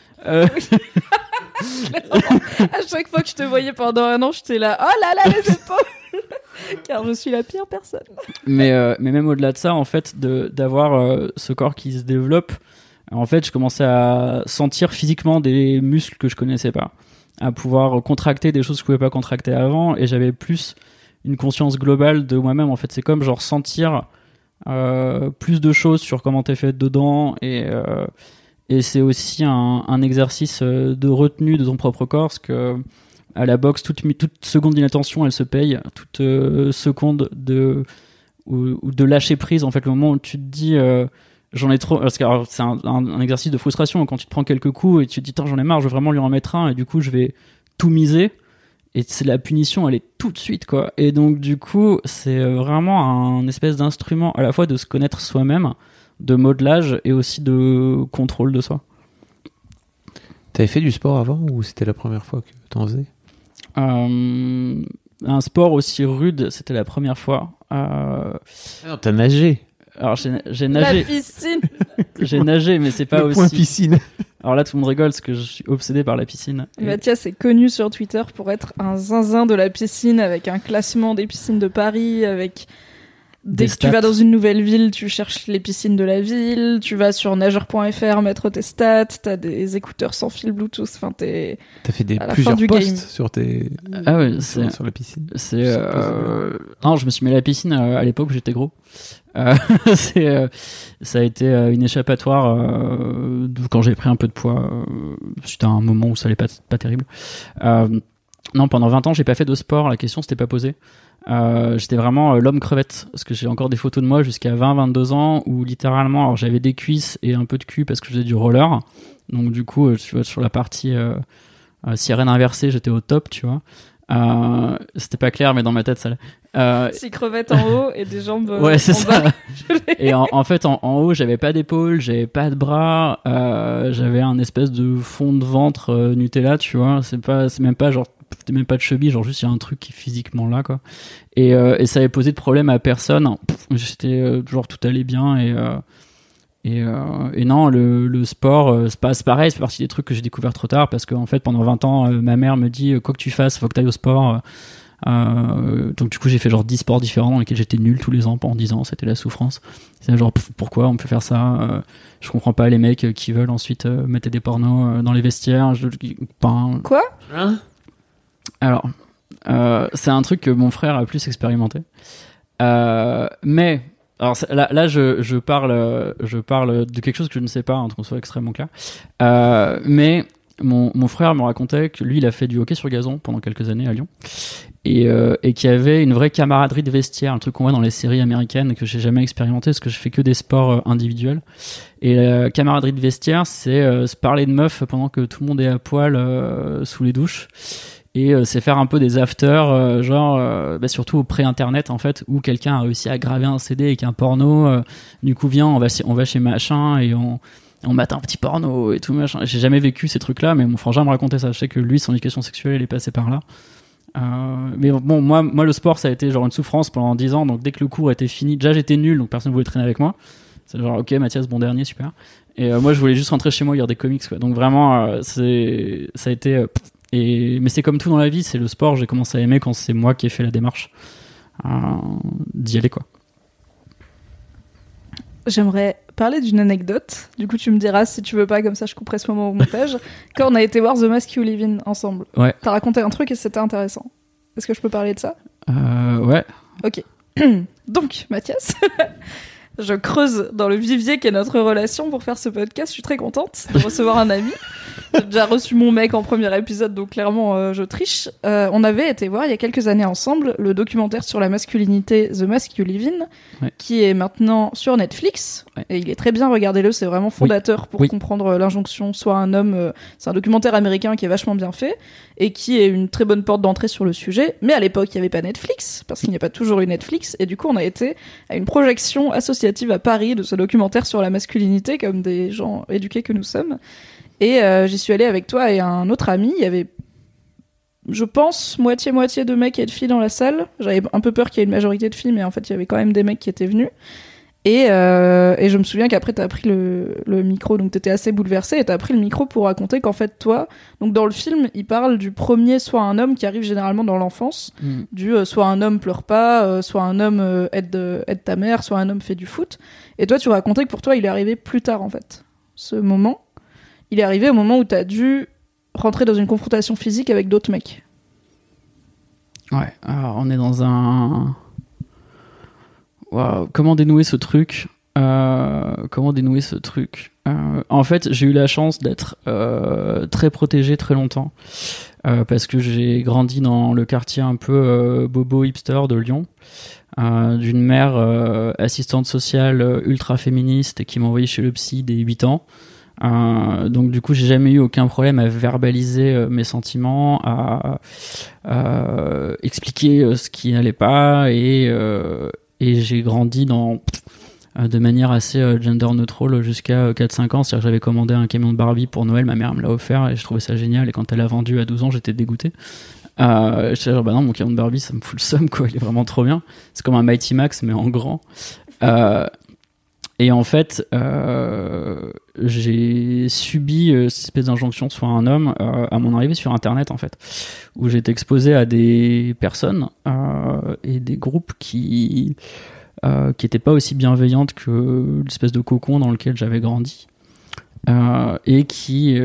À chaque fois que je te voyais pendant un an, j'étais là, oh là là, les épaules. Car je suis la pire personne. Mais même au-delà de ça, en fait, d'avoir ce corps qui se développe, en fait, je commençais à sentir physiquement des muscles que je connaissais pas, à pouvoir contracter des choses que je pouvais pas contracter avant, et j'avais plus une conscience globale de moi-même. En fait, c'est comme genre sentir plus de choses sur comment t'es fait dedans, et c'est aussi un exercice de retenue de ton propre corps, parce que à la boxe, toute seconde d'inattention, elle se paye. Toute seconde ou de lâcher prise, en fait, le moment où tu te dis j'en ai trop, parce que alors, c'est un exercice de frustration quand tu te prends quelques coups et tu te dis j'en ai marre, je veux vraiment lui en mettre un, et du coup je vais tout miser, et c'est la punition, elle est tout de suite quoi. Et donc du coup c'est vraiment un espèce d'instrument à la fois de se connaître soi-même, de modelage et aussi de contrôle de soi. T'avais fait du sport avant ou c'était la première fois que t'en faisais? un sport aussi rude, c'était la première fois. Non, t'as nagé. Alors j'ai nagé. La piscine. J'ai nagé, mais c'est pas Le aussi. point piscine. Alors là, tout le monde rigole parce que je suis obsédé par la piscine. Et- Mathias est connu sur Twitter pour être un zinzin de la piscine, avec un classement des piscines de Paris, avec... Dès Des que tu stats. vas dans une nouvelle ville, tu cherches les piscines de la ville, tu vas sur nageur.fr mettre tes stats, t'as des écouteurs sans fil Bluetooth, enfin t'es... T'as fait À la plusieurs fin du posts game. sur tes. Ah ouais, c'est. sur la piscine. C'est non, je me suis mis à la piscine à l'époque où j'étais gros. C'est ça a été une échappatoire quand j'ai pris un peu de poids. C'était un moment où ça allait pas terrible. Non, pendant 20 ans, j'ai pas fait de sport. La question s'était pas posée. J'étais vraiment l'homme crevette parce que j'ai encore des photos de moi jusqu'à 20-22 ans où littéralement, alors j'avais des cuisses et un peu de cul parce que je faisais du roller. Donc du coup, tu vois, sur la partie sirène inversée, j'étais au top, tu vois. C'était pas clair, mais dans ma tête, ça allait. 6 crevettes en haut et des jambes Ouais, c'est en ça. bas. Et en fait, en haut, j'avais pas d'épaule, j'avais pas de bras, j'avais un espèce de fond de ventre Nutella, tu vois. C'est même pas genre, c'était même pas de chubby, genre juste il y a un truc qui est physiquement là, quoi. Et ça avait posé de problème à personne. J'étais genre tout allait bien et non, le sport, c'est pareil, c'est partie des trucs que j'ai découvert trop tard parce qu'en fait, pendant 20 ans, ma mère me dit quoi que tu fasses, faut que tu ailles au sport. Donc du coup, j'ai fait genre 10 sports différents dans lesquels j'étais nul tous les ans pendant 10 ans, c'était la souffrance. C'est genre, pourquoi on peut faire ça je comprends pas les mecs qui veulent ensuite mettre des pornos dans les vestiaires. Quoi ? Hein? Alors, c'est un truc que mon frère a plus expérimenté. Mais alors là, je parle de quelque chose que je ne sais pas, hein, qu'on soit extrêmement clair. Mais mon frère me racontait que lui, il a fait du hockey sur gazon pendant quelques années à Lyon, et qu'il y avait une vraie camaraderie de vestiaire, un truc qu'on voit dans les séries américaines que j'ai jamais expérimenté parce que je fais que des sports individuels. Et la camaraderie de vestiaire, c'est se parler de meufs pendant que tout le monde est à poil sous les douches. Et c'est faire un peu des afters, surtout au pré-internet en fait, où quelqu'un a réussi à graver un CD avec un porno. Du coup, viens, on va chez machin et on mate un petit porno et tout machin. J'ai jamais vécu ces trucs-là, mais mon frangin me racontait ça. Je sais que lui, son éducation sexuelle, il est passé par là. Mais bon, moi, le sport, ça a été genre une souffrance pendant 10 ans. Donc dès que le cours était fini, déjà j'étais nul, donc personne ne voulait traîner avec moi. C'est genre, ok, Mathias, bon dernier, super. Et moi, je voulais juste rentrer chez moi, lire des comics, quoi. Donc vraiment, ça a été. Mais c'est comme tout dans la vie, c'est le sport, j'ai commencé à aimer quand c'est moi qui ai fait la démarche d'y aller, quoi. J'aimerais parler d'une anecdote. Du coup, tu me diras si tu veux pas, comme ça je couperai ce moment au montage. Quand on a été voir The Mask You Live In ensemble, Ouais. t'as raconté un truc et c'était intéressant. Est-ce que je peux parler de ça ? Ouais. Ok. Donc, Mathias, je creuse dans le vivier qu'est notre relation pour faire ce podcast. Je suis très contente de recevoir un ami. J'ai déjà reçu mon mec en premier épisode, donc clairement je triche. On avait été voir il y a quelques années ensemble le documentaire sur la masculinité The Mask You Live In, qui est maintenant sur Netflix. Ouais. Et il est très bien, regardez-le, c'est vraiment fondateur pour comprendre l'injonction soit un homme. C'est un documentaire américain qui est vachement bien fait et qui est une très bonne porte d'entrée sur le sujet. Mais à l'époque, il n'y avait pas Netflix, parce qu'il n'y a pas toujours eu Netflix. Et du coup, on a été à une projection associative à Paris de ce documentaire sur la masculinité, comme des gens éduqués que nous sommes. Et j'y suis allée avec toi et un autre ami. Il y avait, je pense, moitié-moitié de mecs et de filles dans la salle. J'avais un peu peur qu'il y ait une majorité de filles, mais en fait, il y avait quand même des mecs qui étaient venus. Et je me souviens qu'après, t'as pris le micro, donc t'étais assez bouleversée, et t'as pris le micro pour raconter qu'en fait, toi, donc dans le film, il parle du premier, soit un homme qui arrive généralement dans l'enfance, soit un homme pleure pas, soit un homme aide ta mère, soit un homme fait du foot. Et toi, tu racontais que pour toi, il est arrivé plus tard, en fait, ce moment. Il est arrivé au moment où t'as dû rentrer dans une confrontation physique avec d'autres mecs. Ouais, alors on est dans un... Wow, comment dénouer ce truc En fait, j'ai eu la chance d'être très protégé très longtemps parce que j'ai grandi dans le quartier un peu bobo hipster de Lyon, d'une mère assistante sociale ultra féministe qui m'a envoyé chez le psy dès 8 ans. Donc du coup j'ai jamais eu aucun problème à verbaliser mes sentiments, à expliquer ce qui n'allait pas, et j'ai grandi de manière assez gender neutral jusqu'à 4-5 ans. C'est-à-dire que j'avais commandé un camion de Barbie pour Noël, ma mère me l'a offert et je trouvais ça génial, et quand elle l'a vendu à 12 ans j'étais dégoûté. J'étais genre, bah non, mon camion de Barbie, ça me fout le seum, quoi. Il est vraiment trop bien. C'est comme un Mighty Max, mais en grand. Et en fait, j'ai subi cette espèce d'injonction sur un homme à mon arrivée sur Internet, en fait, où j'étais exposé à des personnes et des groupes qui étaient pas aussi bienveillantes que l'espèce de cocon dans lequel j'avais grandi, et qui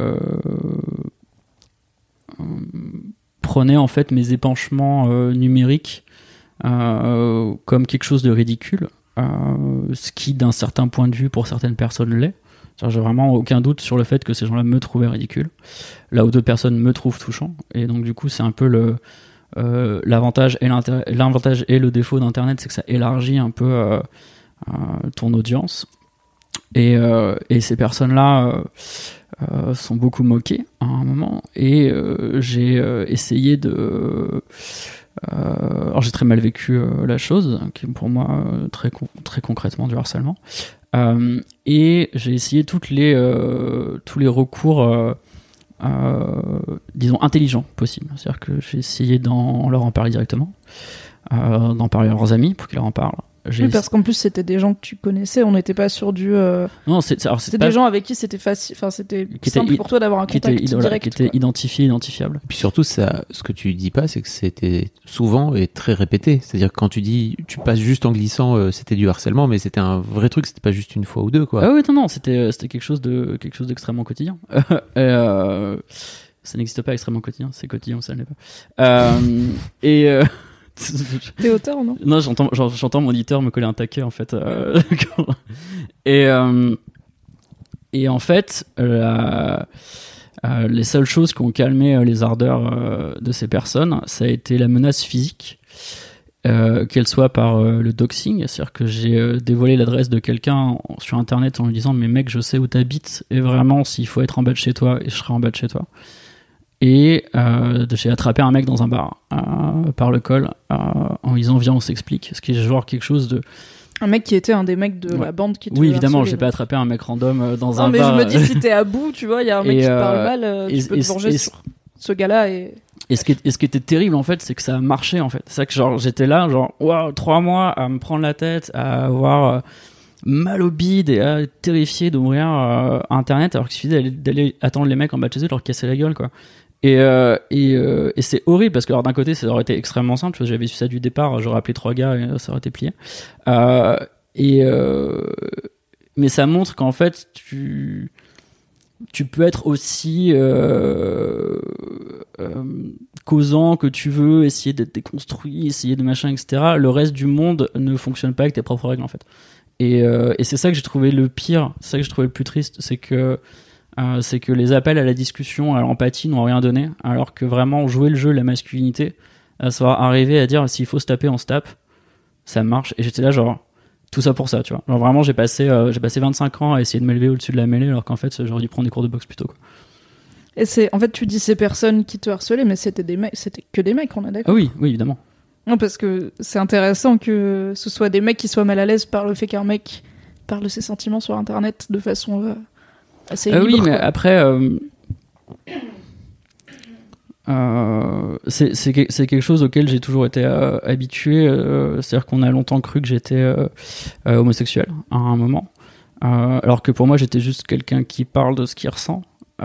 prenaient en fait mes épanchements numériques comme quelque chose de ridicule. Ce qui, d'un certain point de vue, pour certaines personnes l'est. J'ai vraiment aucun doute sur le fait que ces gens-là me trouvaient ridicule, là où d'autres personnes me trouvent touchant. Et donc, du coup, c'est un peu l'avantage et le défaut d'Internet, c'est que ça élargit un peu ton audience. Et ces personnes-là sont beaucoup moquées à un moment. Et j'ai essayé de... alors j'ai très mal vécu la chose, qui est pour moi très concrètement du harcèlement, et j'ai essayé tous les recours disons intelligents possibles. C'est-à-dire que j'ai essayé d'en leur en parler directement, d'en parler à leurs amis pour qu'ils leur en parlent. Oui, parce qu'en plus c'était des gens que tu connaissais, on n'était pas sur du non, c'était des gens avec qui c'était facile, enfin c'était simple pour toi d'avoir un contact direct, qui était identifiable. Et puis surtout, ça, ce que tu dis pas, c'est que c'était souvent et très répété. C'est-à-dire que quand tu dis, tu passes juste en glissant, c'était du harcèlement, mais c'était un vrai truc, c'était pas juste une fois ou deux, quoi. Ah oui, non, c'était quelque chose d'extrêmement quotidien. Ça n'existe pas extrêmement quotidien, c'est quotidien ou ça ne l'est pas. T'es auteur, non? Non, j'entends mon éditeur me coller un taquet, en fait. Et en fait, les seules choses qui ont calmé les ardeurs de ces personnes, ça a été la menace physique, qu'elle soit par le doxing, c'est-à-dire que j'ai dévoilé l'adresse de quelqu'un sur Internet en lui disant « Mais mec, je sais où t'habites, et vraiment, s'il faut être en bas de chez toi, et je serai en bas de chez toi. » Et j'ai attrapé un mec dans un bar par le col en lui disant viens on s'explique, ce qui est genre quelque chose de... Un mec qui était un des mecs de la bande qui te oui évidemment harcelait, j'ai pas attrapé un mec random dans un non mais bar. Je me dis si t'es à bout tu vois il y a un mec qui te parle mal tu peux te venger sur ce gars-là et ce qui était terrible en fait c'est que ça a marché en fait. C'est ça que genre j'étais là genre waouh 3 mois à me prendre la tête, à avoir mal au bide et à être terrifié d'ouvrir Internet alors qu'il suffisait d'aller attendre les mecs en bas de chez eux leur casser la gueule quoi. Et c'est horrible parce que alors d'un côté ça aurait été extrêmement simple, j'avais su ça du départ, j'aurais appelé 3 gars et ça aurait été plié. Mais ça montre qu'en fait tu peux être aussi causant que tu veux, essayer d'être déconstruit, essayer de machin, etc. Le reste du monde ne fonctionne pas avec tes propres règles en fait. Et c'est ça que j'ai trouvé le pire, c'est ça que j'ai trouvé le plus triste, c'est que les appels à la discussion, à l'empathie n'ont rien donné, alors que vraiment jouer le jeu, la masculinité, à savoir arriver à dire s'il faut se taper, on se tape, ça marche. Et j'étais là genre tout ça pour ça, tu vois. Genre vraiment j'ai passé 25 ans à essayer de m'élever au-dessus de la mêlée, alors qu'en fait j'aurais dû prendre des cours de boxe plutôt quoi. Et c'est en fait tu dis ces personnes qui te harcelaient, mais c'était que des mecs, on est d'accord? Ah oui évidemment. Non parce que c'est intéressant que ce soit des mecs qui soient mal à l'aise par le fait qu'un mec parle de ses sentiments sur Internet de façon assez libre, oui, mais quoi. après, c'est quelque chose auquel j'ai toujours été habitué. C'est-à-dire qu'on a longtemps cru que j'étais homosexuel à un moment, alors que pour moi j'étais juste quelqu'un qui parle de ce qu'il ressent,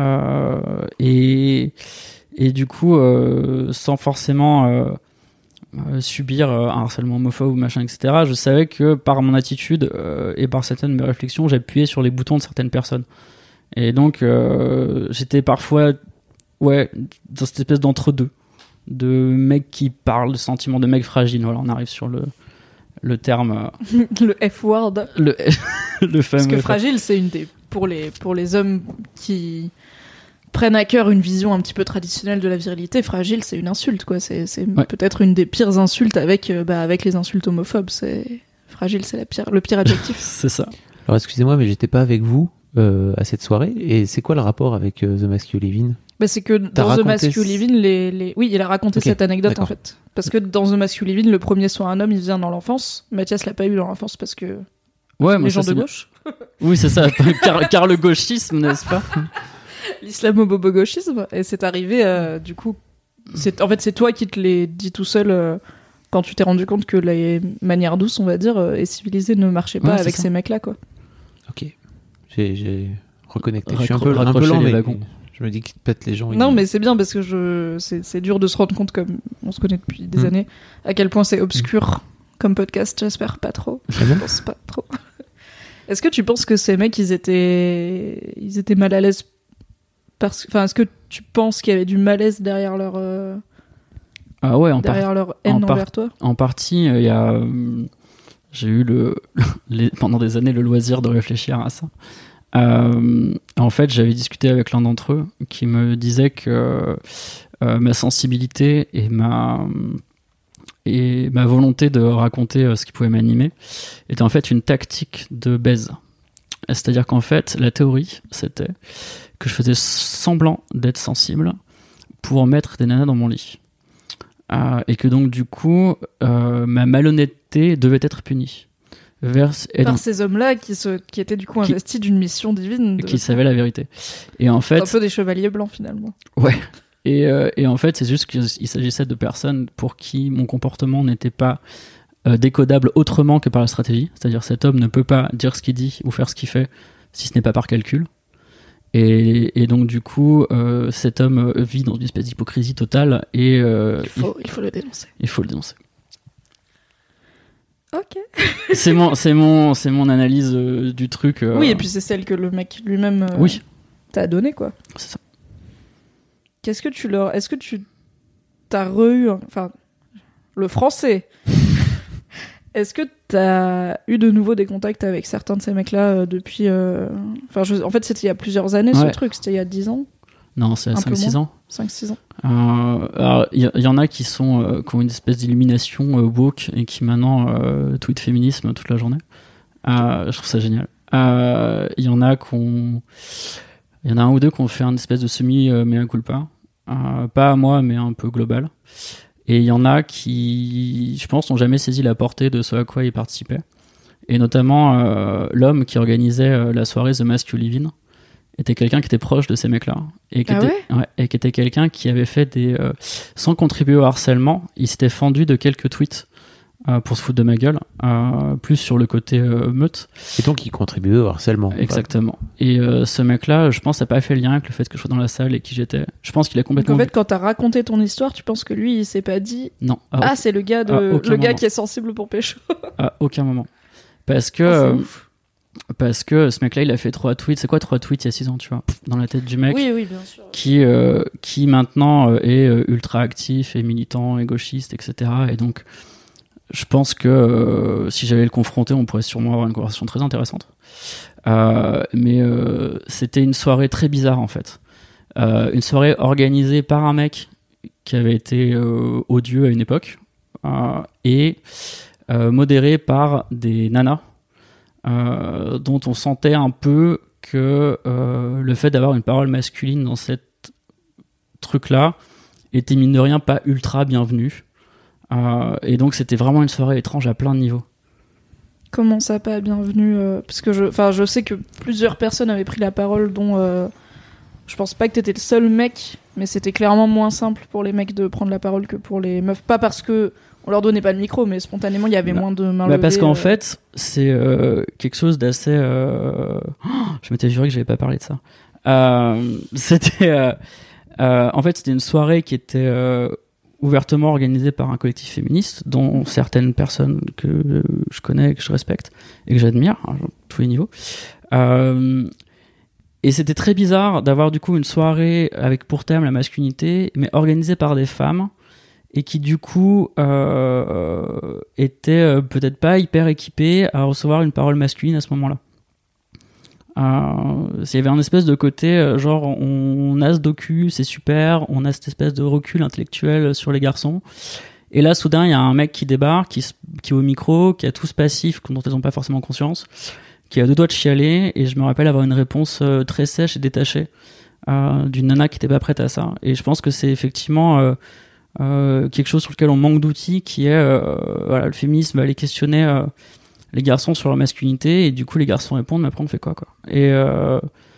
et du coup, sans forcément subir un harcèlement homophobe ou machin, etc. Je savais que par mon attitude et par certaines de mes réflexions, j'appuyais sur les boutons de certaines personnes. Et donc j'étais parfois dans cette espèce d'entre-deux de mecs qui parlent de sentiments de mecs fragiles. Voilà, on arrive sur le terme le F-word, le fameux. Parce que fragile, c'est une des pour les hommes qui prennent à cœur une vision un petit peu traditionnelle de la virilité. Fragile, c'est une insulte quoi. C'est peut-être une des pires insultes avec les insultes homophobes. C'est fragile, c'est le pire adjectif. C'est ça. Alors excusez-moi, mais j'étais pas avec vous à cette soirée. Et c'est quoi le rapport avec The Masculine? C'est que dans The Masculine, oui, il a raconté cette anecdote en fait. Parce que dans The Masculine, le premier soit un homme, il vient dans l'enfance. Mathias l'a pas eu dans l'enfance parce que les gens de gauche. Oui, c'est ça. car le gauchisme, n'est-ce pas? L'islamo-bobo-gauchisme. Et c'est arrivé du coup c'est toi qui te l'es dit tout seul quand tu t'es rendu compte que les manières douces, on va dire, et civilisées ne marchaient pas avec ces mecs-là, quoi. Ok. J'ai reconnecté. Je suis un peu lent, mais je me dis qu'ils te pètent les gens. Non, mais c'est bien parce que c'est dur de se rendre compte, comme on se connaît depuis des années, à quel point c'est obscur comme podcast. J'espère pas trop. Je pense pas trop. Est-ce que tu penses que ces mecs, ils étaient mal à l'aise est-ce que tu penses qu'il y avait du malaise derrière leur derrière leur haine envers toi? En partie, il y a j'ai eu pendant des années le loisir de réfléchir à ça. En fait, j'avais discuté avec l'un d'entre eux qui me disait que ma sensibilité et ma volonté de raconter ce qui pouvait m'animer était en fait une tactique de baise. C'est-à-dire qu'en fait, la théorie, c'était que je faisais semblant d'être sensible pour mettre des nanas dans mon lit. Et que donc, du coup, ma malhonnêteté devait être punie. Par ces hommes-là qui étaient du coup investis d'une mission divine. Qui savaient la vérité. Et en fait... C'est un peu des chevaliers blancs, finalement. Ouais. Et en fait, c'est juste qu'il s'agissait de personnes pour qui mon comportement n'était pas décodable autrement que par la stratégie. C'est-à-dire, cet homme ne peut pas dire ce qu'il dit ou faire ce qu'il fait si ce n'est pas par calcul. Et donc, du coup, cet homme vit dans une espèce d'hypocrisie totale et... il faut le dénoncer. Il faut le dénoncer. Ok. c'est mon analyse du truc. Oui, et puis c'est celle que le mec lui-même t'a donnée, quoi. C'est ça. Est-ce que tu t'as le français. Est-ce que t'as eu de nouveau des contacts avec certains de ces mecs-là depuis en fait, c'était il y a plusieurs années, ce truc. C'était il y a 10 ans. Non, c'est 5-6 ans. 5-6 ans. Alors, il y en a qui ont une espèce d'illumination woke et qui maintenant tweetent féminisme toute la journée. Je trouve ça génial. Il y en a un ou deux qui ont fait une espèce de semi-mea culpa. Pas à moi, mais un peu global. Et il y en a qui, je pense, n'ont jamais saisi la portée de ce à quoi ils participaient. Et notamment, l'homme qui organisait la soirée The Mask You Live In était quelqu'un qui était proche de ces mecs-là. Et qui était quelqu'un qui avait fait sans contribuer au harcèlement, il s'était fendu de quelques tweets pour se foutre de ma gueule, plus sur le côté meute. Et donc il contribuait au harcèlement. Exactement. Et ce mec-là, je pense, n'a pas fait le lien avec le fait que je sois dans la salle et qui j'étais. Je pense qu'il a complètement... Donc en fait, quand t'as raconté ton histoire, tu penses que lui, il s'est pas dit... Non. C'est le gars qui est sensible pour pécho. À aucun moment. Parce que ce mec-là, il a fait 3 tweets. C'est quoi 3 tweets il y a 6 ans, tu vois, dans la tête du mec. Oui, bien sûr. Qui maintenant est ultra actif et militant et gauchiste, etc. Et donc, je pense que si j'allais le confronter, on pourrait sûrement avoir une conversation très intéressante. Mais c'était une soirée très bizarre, en fait. Une soirée organisée par un mec qui avait été odieux à une époque et modérée par des nanas dont on sentait un peu que le fait d'avoir une parole masculine dans cette truc-là était mine de rien pas ultra bienvenu. Et donc c'était vraiment une soirée étrange à plein de niveaux. Comment ça, pas bienvenu parce que je sais que plusieurs personnes avaient pris la parole, dont je pense pas que t'étais le seul mec, mais c'était clairement moins simple pour les mecs de prendre la parole que pour les meufs. Pas parce que on leur donnait pas le micro, mais spontanément il y avait moins de mains levées. Parce qu'en fait c'est quelque chose d'assez je m'étais juré que j'avais pas parlé de ça. C'était en fait c'était une soirée qui était ouvertement organisée par un collectif féministe dont certaines personnes que je connais, que je respecte et que j'admire à tous les niveaux. Et c'était très bizarre d'avoir du coup une soirée avec pour thème la masculinité, mais organisée par des femmes et qui du coup étaient peut-être pas hyper équipées à recevoir une parole masculine à ce moment-là. Il y avait un espèce de côté genre on a ce docu, c'est super, on a cette espèce de recul intellectuel sur les garçons, et là soudain il y a un mec qui débarque, qui est au micro, qui a tout ce passif dont ils n'ont pas forcément conscience, qui a 2 doigts de chialer, et je me rappelle avoir une réponse très sèche et détachée d'une nana qui était pas prête à ça. Et je pense que c'est effectivement quelque chose sur lequel on manque d'outils, qui est le féminisme va aller questionner les garçons sur leur masculinité, et du coup les garçons répondent, mais après on fait quoi. Et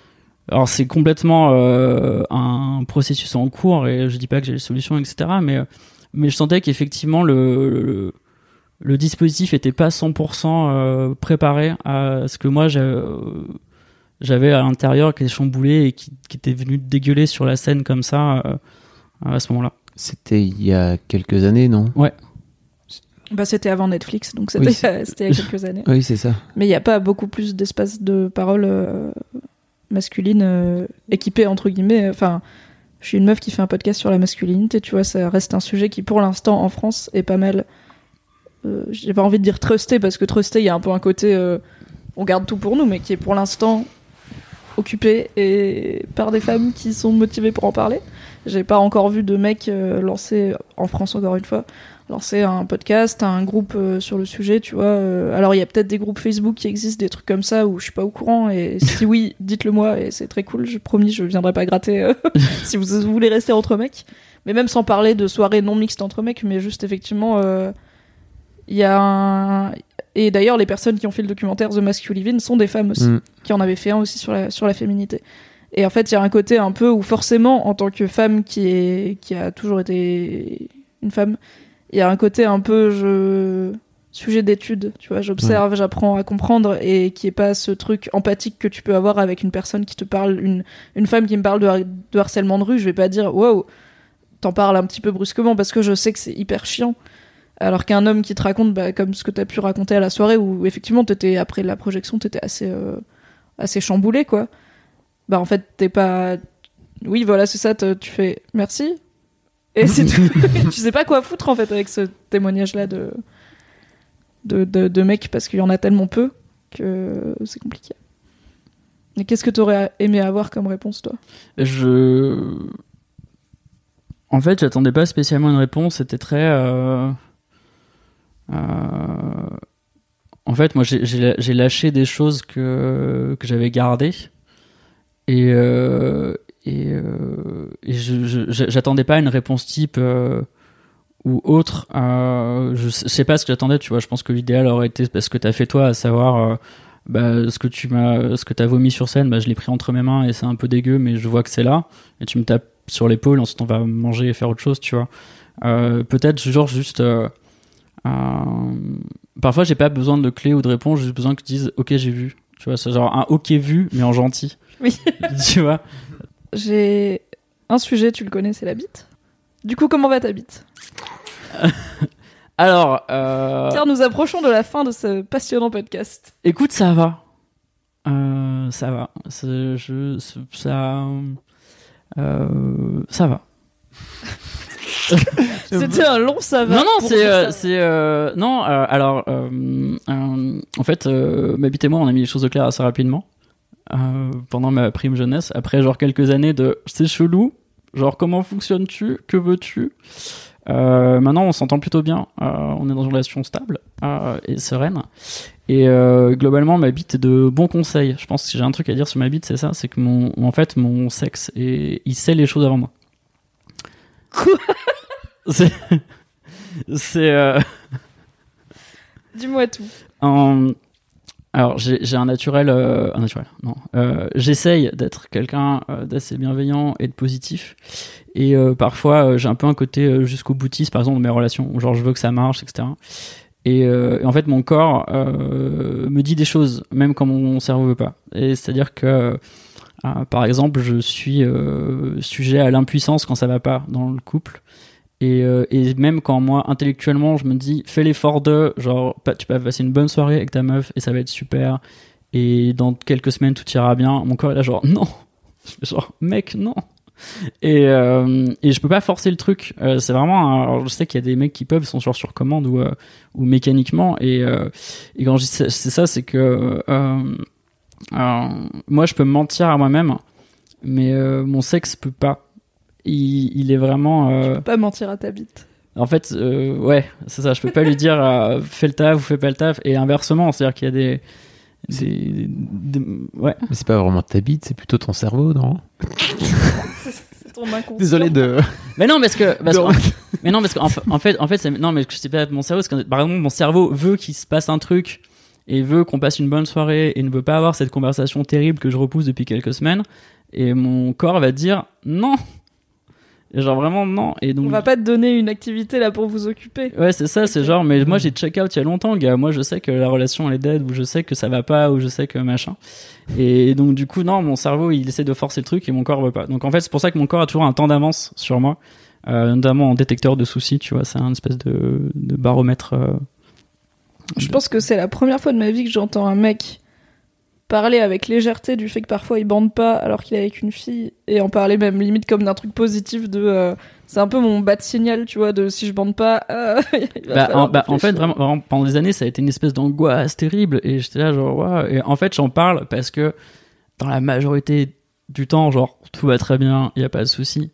Alors c'est complètement un processus en cours et je dis pas que j'ai les solutions, etc. Mais je sentais qu'effectivement le dispositif était pas 100% préparé à ce que moi j'avais à l'intérieur, qui était chamboulé et qui était venu dégueuler sur la scène comme ça à ce moment-là. C'était il y a quelques années, non ? Ouais. Bah, c'était avant Netflix, donc c'était il y a quelques années. Oui, c'est ça. Mais il n'y a pas beaucoup plus d'espace de parole masculine équipé, entre guillemets. Enfin, je suis une meuf qui fait un podcast sur la masculinité, tu vois, ça reste un sujet qui, pour l'instant, en France, est pas mal... j'ai pas envie de dire trusté, parce que trusté, il y a un peu un côté... on garde tout pour nous, mais qui est pour l'instant occupé et par des femmes qui sont motivées pour en parler. J'ai pas encore vu de mec lancer, en France encore une fois, lancer un podcast, un groupe sur le sujet, tu vois. Alors il y a peut-être des groupes Facebook qui existent, des trucs comme ça où je suis pas au courant, et si oui, dites-le moi et c'est très cool, je promis, je viendrai pas gratter si vous voulez rester entre mecs. Mais même sans parler de soirées non mixtes entre mecs, mais juste effectivement, il y a un... Et d'ailleurs, les personnes qui ont fait le documentaire The Masculine sont des femmes aussi, qui en avaient fait un aussi sur la féminité. Et en fait, il y a un côté un peu où forcément, en tant que femme qui a toujours été une femme, il y a un côté un peu sujet d'étude, tu vois, j'observe, j'apprends à comprendre, et qui est pas ce truc empathique que tu peux avoir avec une personne qui te parle, une femme qui me parle de harcèlement de rue. Je vais pas dire wow, t'en parles un petit peu brusquement parce que je sais que c'est hyper chiant. Alors qu'un homme qui te raconte, comme ce que t'as pu raconter à la soirée, où effectivement après la projection t'étais assez chamboulé, quoi. Bah en fait t'es pas... Oui voilà, c'est ça, tu fais merci et c'est tout. Tu sais pas quoi foutre en fait avec ce témoignage là de mecs, parce qu'il y en a tellement peu que c'est compliqué. Et qu'est-ce que t'aurais aimé avoir comme réponse, toi ? En fait, j'attendais pas spécialement une réponse, c'était très en fait, moi j'ai lâché des choses que j'avais gardées, et j'attendais pas une réponse type ou autre. Je sais pas ce que j'attendais, tu vois. Je pense que l'idéal aurait été ce que t'as fait toi, à savoir ce que t'as vomi sur scène, je l'ai pris entre mes mains et c'est un peu dégueu, mais je vois que c'est là, et tu me tapes sur l'épaule, ensuite on va manger et faire autre chose, tu vois. Peut-être genre juste parfois j'ai pas besoin de clé ou de réponse, j'ai juste besoin que tu dises ok j'ai vu, tu vois, c'est genre un ok vu mais en gentil. Oui. Tu vois. J'ai un sujet, tu le connais, c'est la bite. Du coup, comment va ta bite ? Alors car nous approchons de la fin de ce passionnant podcast. Écoute, ça va, ça va, ça va. C'était un long ça va. Non, alors en fait ma bite et moi on a mis les choses au clair assez rapidement pendant ma prime jeunesse, après genre quelques années de c'est chelou, genre comment fonctionnes-tu, que veux-tu. Maintenant on s'entend plutôt bien, on est dans une relation stable et sereine, et globalement ma bite est de bons conseils. Je pense que si j'ai un truc à dire sur ma bite, c'est ça, c'est que mon sexe il sait les choses avant moi. Quoi ? C'est Dis-moi tout. Alors j'ai un naturel, non. J'essaye d'être quelqu'un d'assez bienveillant et de positif, et parfois j'ai un peu un côté jusqu'au boutiste, par exemple dans mes relations, où genre je veux que ça marche, etc. Et en fait mon corps me dit des choses même quand mon cerveau veut pas. Et c'est-à-dire que par exemple je suis sujet à l'impuissance quand ça va pas dans le couple. Et même quand moi intellectuellement je me dis fais l'effort de genre tu peux passer une bonne soirée avec ta meuf et ça va être super et dans quelques semaines tout ira bien, mon corps est là genre non, genre mec non, et je peux pas forcer le truc. C'est vraiment alors je sais qu'il y a des mecs qui peuvent, sont sur commande ou mécaniquement, et quand je dis c'est ça, c'est que moi je peux me mentir à moi-même, mais mon sexe peut pas. Il est vraiment Tu peux pas mentir à ta bite. En fait ouais, c'est ça, je peux pas lui dire fais le taf ou fais pas le taf, et inversement, c'est-à-dire qu'il y a des ouais. Mais c'est pas vraiment ta bite, c'est plutôt ton cerveau, non? C'est ton inconscient. Désolé de... Mais non, parce qu'en fait c'est, non, mais je sais pas mon cerveau, parce que par exemple mon cerveau veut qu'il se passe un truc et veut qu'on passe une bonne soirée et ne veut pas avoir cette conversation terrible que je repousse depuis quelques semaines, et mon corps va dire non. Et genre vraiment non. Et donc on va pas te donner une activité là pour vous occuper. Ouais, c'est ça, c'est genre mais moi j'ai check out il y a longtemps, gars. Moi je sais que la relation elle est dead, ou je sais que ça va pas, ou je sais que machin. Et donc du coup non, mon cerveau il essaie de forcer le truc et mon corps veut pas. Donc en fait c'est pour ça que mon corps a toujours un temps d'avance sur moi, notamment en détecteur de soucis, tu vois, c'est un espèce de baromètre. Je pense que c'est la première fois de ma vie que j'entends un mec parler avec légèreté du fait que parfois il bande pas alors qu'il est avec une fille, et en parler même limite comme d'un truc positif de c'est un peu mon bas de signal, tu vois, de si je bande pas en fait vraiment pendant des années ça a été une espèce d'angoisse terrible, et j'étais là genre wow. Et en fait j'en parle parce que dans la majorité du temps genre tout va très bien, il y a pas de souci.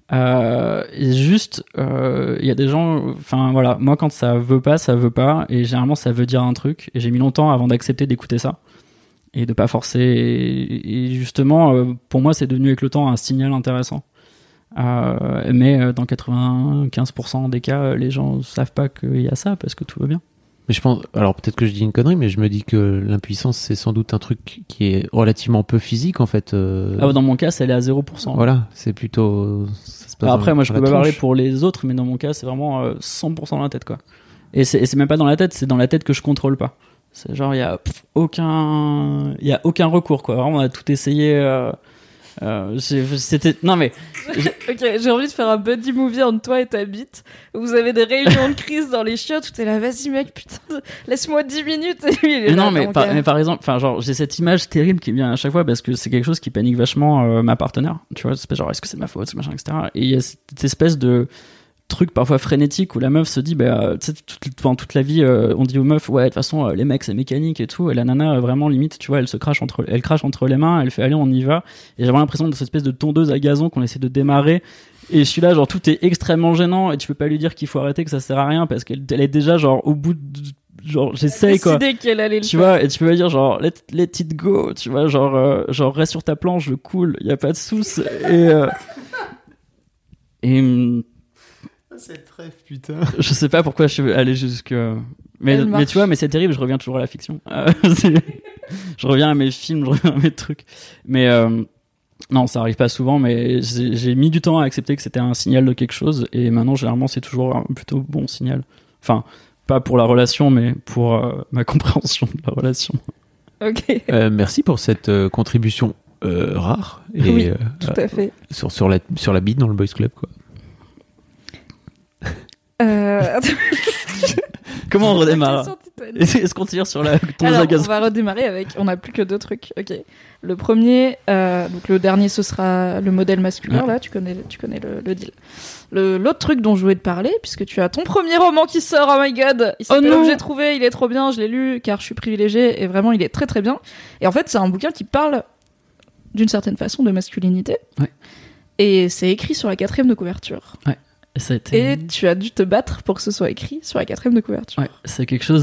Et juste il y a des gens, enfin voilà, moi quand ça veut pas, et généralement ça veut dire un truc, et j'ai mis longtemps avant d'accepter d'écouter ça et de pas forcer, et justement pour moi c'est devenu avec le temps un signal intéressant, mais dans 95% des cas les gens savent pas qu'il y a ça parce que tout va bien. Mais je pense, alors peut-être que je dis une connerie, mais je me dis que l'impuissance c'est sans doute un truc qui est relativement peu physique en fait. Dans mon cas elle est à 0%. Voilà, c'est plutôt ça se passe après moi je peux pas parler tronche. pour les autres, mais dans mon cas c'est vraiment 100% dans la tête quoi. Et c'est même pas dans la tête, c'est dans la tête que je contrôle pas. C'est genre il y a aucun recours quoi. Vraiment on a tout essayé. C'était non mais ok, j'ai envie de faire un buddy movie entre toi et ta bite. Vous avez des réunions de crise dans les chiottes où t'es là, vas-y mec, putain, laisse-moi 10 minutes. Et lui, il est mais là, non mais par exemple, enfin genre j'ai cette image terrible qui vient à chaque fois parce que c'est quelque chose qui panique vachement ma partenaire. Tu vois, c'est genre est-ce que c'est de ma faute, machin, etc. Et il y a cette espèce de truc parfois frénétique où la meuf se dit tu sais toute la vie on dit aux meufs ouais de toute façon les mecs c'est mécanique et tout, et la nana vraiment limite tu vois elle crache entre les mains, elle fait allez on y va, et j'ai vraiment l'impression de cette espèce de tondeuse à gazon qu'on essaie de démarrer, et je suis là genre tout est extrêmement gênant et tu peux pas lui dire qu'il faut arrêter, que ça sert à rien parce qu'elle est déjà genre au bout de genre j'essaye quoi, qu'elle allait le tu faire. vois, et tu peux pas dire genre let it go, tu vois, genre reste sur ta planche, je coule, y a pas de souce, et C'est très putain. je sais pas pourquoi je suis allé jusque mais tu vois, mais c'est terrible, je reviens toujours à la fiction. Je reviens à mes films, je reviens à mes trucs, mais non ça arrive pas souvent, mais j'ai mis du temps à accepter que c'était un signal de quelque chose, et maintenant généralement c'est toujours un plutôt bon signal, enfin pas pour la relation mais pour ma compréhension de la relation. Ok. Merci pour cette contribution rare et Oui, tout à fait. sur la bite dans le boys club quoi. Comment on redémarre? Question Titanic. Est-ce qu'on tire sur la tondeuse Alors, à on gazon? va redémarrer avec. On n'a plus que 2 trucs. Ok. Le premier, donc le dernier, ce sera le modèle masculin. Ouais. Là, tu connais le deal. L'autre truc dont je voulais te parler, puisque tu as ton premier roman qui sort. Oh my god, il s'appelle non. Objet trouvé. Il est trop bien. Je l'ai lu car je suis privilégiée et vraiment, il est très très bien. Et en fait, c'est un bouquin qui parle d'une certaine façon de masculinité. Ouais. Et c'est écrit sur la 4e de couverture. Ouais. Ça a été... Et tu as dû te battre pour que ce soit écrit sur la 4e de couverture. Ouais, ça a été quelque chose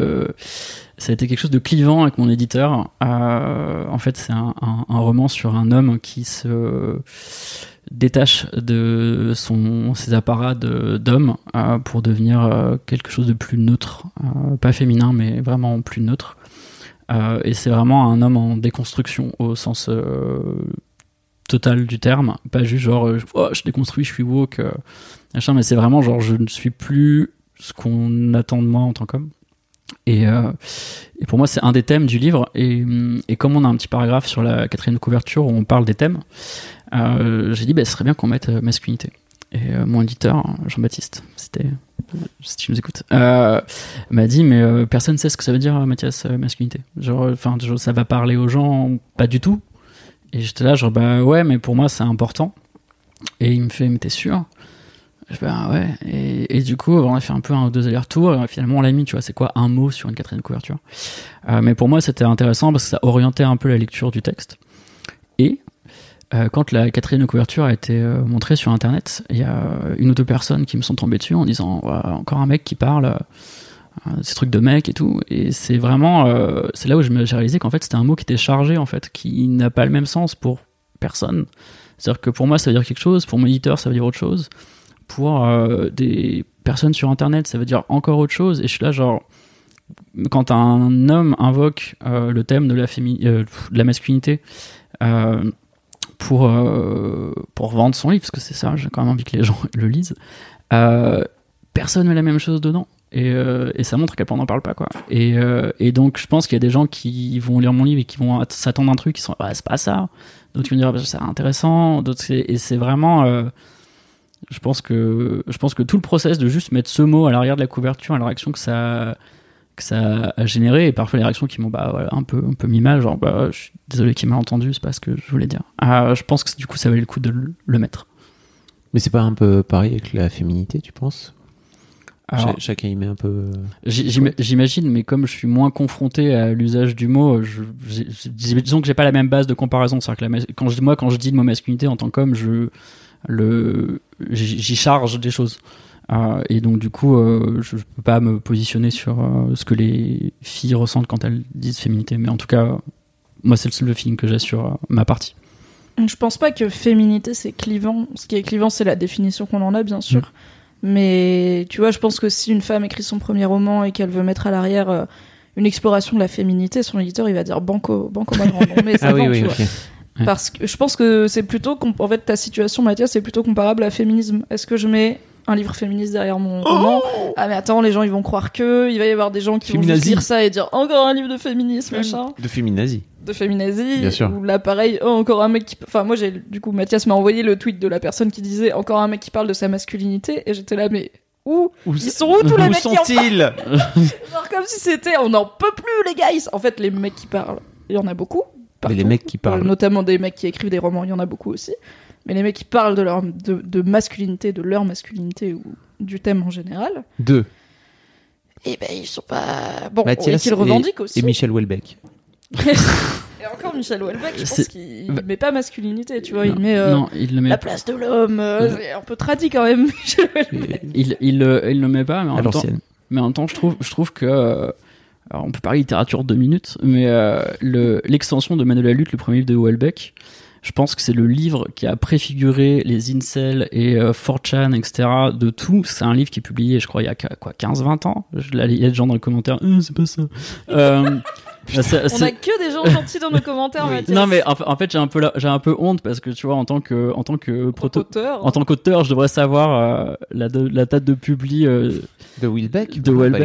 de clivant avec mon éditeur. En fait, c'est un roman sur un homme qui se détache de ses apparats d'homme pour devenir quelque chose de plus neutre, pas féminin, mais vraiment plus neutre. Et c'est vraiment un homme en déconstruction au sens total du terme, pas juste genre je déconstruis, je suis woke, machin, mais c'est vraiment genre je ne suis plus ce qu'on attend de moi en tant qu'homme. Et pour moi c'est un des thèmes du livre, et comme on a un petit paragraphe sur la 4e de couverture où on parle des thèmes, j'ai dit ce serait bien qu'on mette masculinité. Et mon éditeur Jean-Baptiste, si tu nous écoutes, m'a dit mais personne sait ce que ça veut dire Mathias, masculinité, genre ça va parler aux gens pas du tout. Et j'étais là genre ouais mais pour moi c'est important. Et il me fait mais t'es sûr? Je fais ouais. Et du coup on a fait un peu 1 ou 2 allers-retours, et finalement on l'a mis, tu vois, c'est quoi un mot sur une 4e couverture. Mais pour moi c'était intéressant parce que ça orientait un peu la lecture du texte. Et quand la 4e couverture a été montrée sur internet, il y a 1 ou 2 personnes qui me sont tombées dessus en disant encore un mec qui parle ces trucs de mec et tout, et c'est vraiment c'est là où j'ai réalisé qu'en fait c'était un mot qui était chargé, en fait, qui n'a pas le même sens pour personne. C'est-à-dire que pour moi ça veut dire quelque chose, pour mon éditeur ça veut dire autre chose, pour des personnes sur internet ça veut dire encore autre chose, et je suis là genre quand un homme invoque le thème de la masculinité pour vendre son livre, parce que c'est ça, j'ai quand même envie que les gens le lisent, personne met la même chose dedans. Et ça montre à quel point on n'en parle pas, quoi. Et donc je pense qu'il y a des gens qui vont lire mon livre et qui vont s'attendre à un truc qui sont c'est pas ça, d'autres qui vont dire c'est intéressant, d'autres et c'est vraiment je pense que tout le process de juste mettre ce mot à l'arrière de la couverture et la réaction que ça a généré, et parfois les réactions qui m'ont un peu mis mal, genre je suis désolé qu'il m'a entendu, c'est pas ce que je voulais dire. Je pense que du coup ça valait le coup de le mettre. Mais c'est pas un peu pareil avec la féminité, tu penses? Alors, chacun y met un peu. J'imagine, mais comme je suis moins confronté à l'usage du mot, disons que j'ai pas la même base de comparaison. C'est-à-dire que quand je dis le mot masculinité en tant qu'homme, j'y charge des choses. Et donc du coup, je peux pas me positionner sur ce que les filles ressentent quand elles disent féminité. Mais en tout cas, moi, c'est le feeling que j'ai sur ma partie. Je pense pas que féminité c'est clivant. Ce qui est clivant, c'est la définition qu'on en a, bien sûr. Mais tu vois, je pense que si une femme écrit son premier roman et qu'elle veut mettre à l'arrière une exploration de la féminité, son éditeur il va dire banco madron. Mais ça tu vois. Okay. Parce que je pense que c'est plutôt en fait ta situation, Mathias, c'est plutôt comparable à féminisme. Est-ce que je mets un livre féministe derrière mon roman? Ah mais attends, les gens ils vont croire que il va y avoir des gens qui vont juste lire ça et dire encore un livre de féminisme, machin. De féminazie, bien sûr. Ou là pareil, encore un mec qui... Enfin moi Mathias m'a envoyé le tweet de la personne qui disait encore un mec qui parle de sa masculinité, et j'étais là mais ils sont où tous les mecs qui en parlent? Genre comme si c'était on n'en peut plus les gars. En fait les mecs qui parlent, il y en a beaucoup. Partout. Mais les mecs qui parlent, notamment des mecs qui écrivent des romans, il y en a beaucoup aussi. Mais les mecs qui parlent de masculinité, de leur masculinité ou du thème en général. Et ben ils sont pas bon. Mathias et qu'ils revendiquent aussi. Et Michel Houellebecq. Et encore Michel Houellebecq, je pense qu'il met pas masculinité, tu vois, il met la place de l'homme. C'est un peu tradit quand même. il le met pas, mais en même temps, je trouve que alors on peut parler littérature 2 minutes, mais l'extension de Manuel la lutte, le premier livre de Houellebecq, je pense que c'est le livre qui a préfiguré les incels et 4chan, etc. de tout. C'est un livre qui est publié, je crois, il y a 15-20 ans. Il y a des gens dans les commentaires, c'est pas ça. On a que des gens gentils dans nos commentaires, Mathias. Non, mais en fait, j'ai un peu honte parce que tu vois, en tant qu'auteur, je devrais savoir la date de publi de Houellebecq.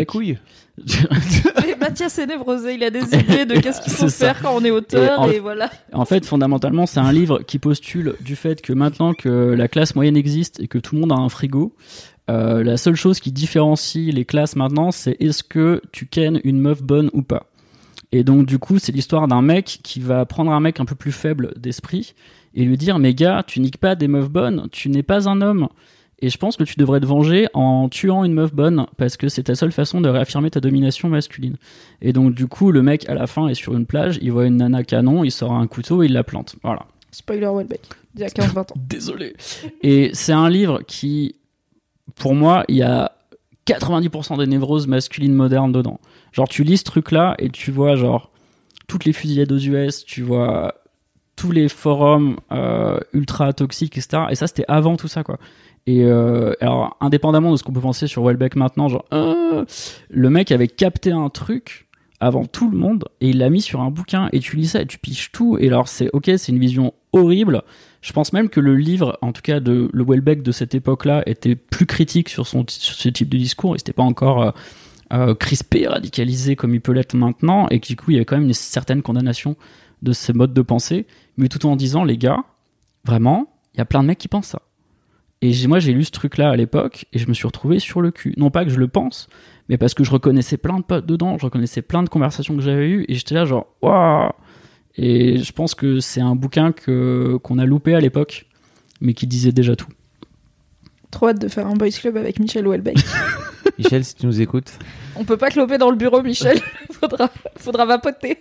Mais Mathias est névrosé, il a des idées de qu'est-ce qu'il faut faire quand on est auteur, et voilà. En fait, fondamentalement, c'est un livre qui postule du fait que maintenant que la classe moyenne existe et que tout le monde a un frigo, la seule chose qui différencie les classes maintenant, c'est est-ce que tu kennes une meuf bonne ou pas. Et donc du coup, c'est l'histoire d'un mec qui va prendre un mec un peu plus faible d'esprit et lui dire mais gars, tu niques pas des meufs bonnes, tu n'es pas un homme. Et je pense que tu devrais te venger en tuant une meuf bonne parce que c'est ta seule façon de réaffirmer ta domination masculine. Et donc du coup, le mec à la fin est sur une plage, il voit une nana canon, il sort un couteau et il la plante. Voilà. Spoiler Houellebecq, il y a 15-20 ans. Désolé. Et c'est un livre qui, pour moi, il y a 90% des névroses masculines modernes dedans. Genre tu lis ce truc-là et tu vois genre toutes les fusillades aux US, tu vois tous les forums ultra toxiques, etc. Et ça, c'était avant tout ça, quoi. Et alors, indépendamment de ce qu'on peut penser sur Houellebecq maintenant, genre le mec avait capté un truc avant tout le monde et il l'a mis sur un bouquin et tu lis ça et tu piges tout. Et alors c'est une vision horrible. Je pense même que le livre, en tout cas de le Houellebecq de cette époque-là, était plus critique sur ce type de discours. Il n'était pas encore crispé, radicalisé comme il peut l'être maintenant, et que du coup il y avait quand même une certaine condamnation de ces modes de pensée, mais tout en disant les gars, vraiment, il y a plein de mecs qui pensent ça. Et moi j'ai lu ce truc-là à l'époque et je me suis retrouvé sur le cul. Non pas que je le pense, mais parce que je reconnaissais plein de potes dedans, je reconnaissais plein de conversations que j'avais eues et j'étais là genre waouh. Et je pense que c'est un bouquin qu'on a loupé à l'époque, mais qui disait déjà tout. Trop hâte de faire un boys club avec Michel Houellebecq. Michel, si tu nous écoutes. On peut pas cloper dans le bureau, Michel. Faudra vapoter.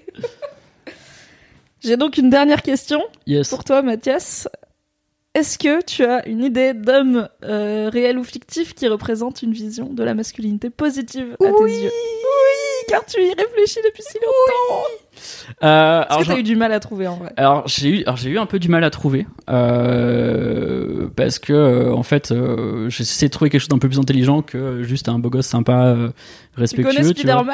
J'ai donc une dernière question pour toi, Mathias. Est-ce que tu as une idée d'homme réel ou fictif qui représente une vision de la masculinité positive à tes yeux? Oui, car tu y réfléchis depuis si longtemps. Est-ce que t'as eu du mal à trouver en vrai? Alors j'ai eu un peu du mal à trouver parce que en fait j'essaie de trouver quelque chose d'un peu plus intelligent que juste un beau gosse sympa respectueux. Tu connais Spider-Man?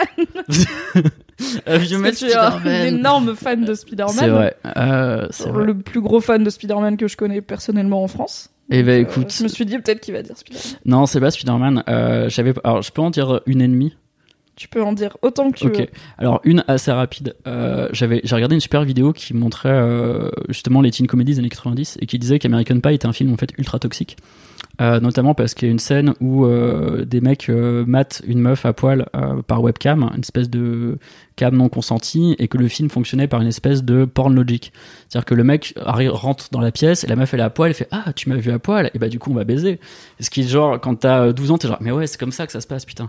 Je mets tu es un énorme fan de Spider-Man. C'est vrai. C'est vrai. Le plus gros fan de Spider-Man que je connais personnellement en France. Et ben écoute, je me suis dit peut-être qu'il va dire Spider-Man. Non, c'est pas Spider-Man. Alors je peux en dire une ennemie. Tu peux en dire autant que tu veux. Alors une assez rapide. J'ai regardé une super vidéo qui montrait justement les teen comedies des années 90 et qui disait qu'American Pie était un film en fait ultra toxique. Notamment parce qu'il y a une scène où des mecs matent une meuf à poil par webcam, une espèce de cam non consenti, et que le film fonctionnait par une espèce de porn logic. C'est-à-dire que le mec rentre dans la pièce et la meuf elle est à poil, elle fait ah tu m'as vu à poil et bah du coup on va baiser. Ce qui est genre quand t'as 12 ans t'es genre mais ouais c'est comme ça que ça se passe putain.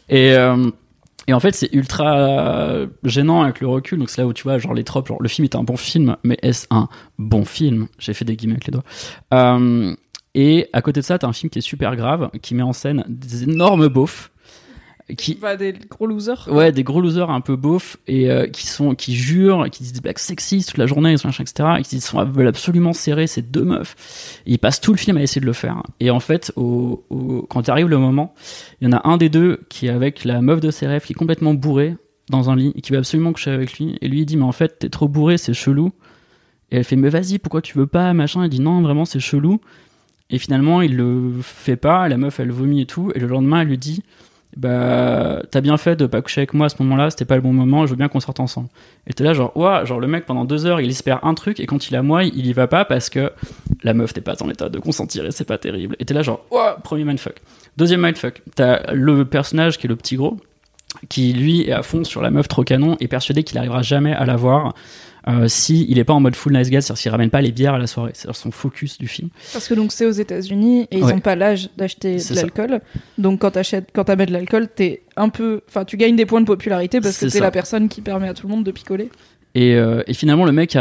Et en fait, c'est ultra gênant avec le recul. Donc c'est là où tu vois, genre les tropes, genre le film est un bon film, mais est-ce un bon film? J'ai fait des guillemets avec les doigts. Et à côté de ça, t'as un film qui est super grave, qui met en scène des énormes beaufs. Des gros losers. Ouais, des gros losers un peu beaufs et qui jurent, qui disent des blagues sexistes toute la journée, etc. Et qui veulent absolument serrer ces deux meufs. Et ils passent tout le film à essayer de le faire. Et en fait, quand arrive le moment, il y en a un des deux qui est avec la meuf de ses rêves, qui est complètement bourré dans un lit et qui veut absolument coucher avec lui. Et lui, il dit mais en fait, t'es trop bourré, c'est chelou. Et elle fait mais vas-y, pourquoi tu veux pas, machin. Il dit non, vraiment, c'est chelou. Et finalement, il le fait pas. La meuf, elle vomit et tout. Et le lendemain, elle lui dit bah t'as bien fait de pas coucher avec moi à ce moment-là, c'était pas le bon moment, je veux bien qu'on sorte ensemble. Et t'es là genre ouah, genre le mec pendant 2 heures il espère un truc et quand il a moi il y va pas parce que la meuf n'est pas en état de consentir et c'est pas terrible. Et t'es là genre ouah, premier mindfuck. Deuxième mindfuck, t'as le personnage qui est le petit gros qui lui est à fond sur la meuf trop canon et persuadé qu'il arrivera jamais à la voir si il est pas en mode full nice guy, c'est-à-dire s'il ramène pas les bières à la soirée, c'est-à-dire son focus du film. Parce que donc c'est aux États-Unis et ils ont pas l'âge d'acheter de l'alcool. Donc quand t'amènes de l'alcool, tu gagnes des points de popularité parce que t'es la personne qui permet à tout le monde de picoler. Et finalement le mec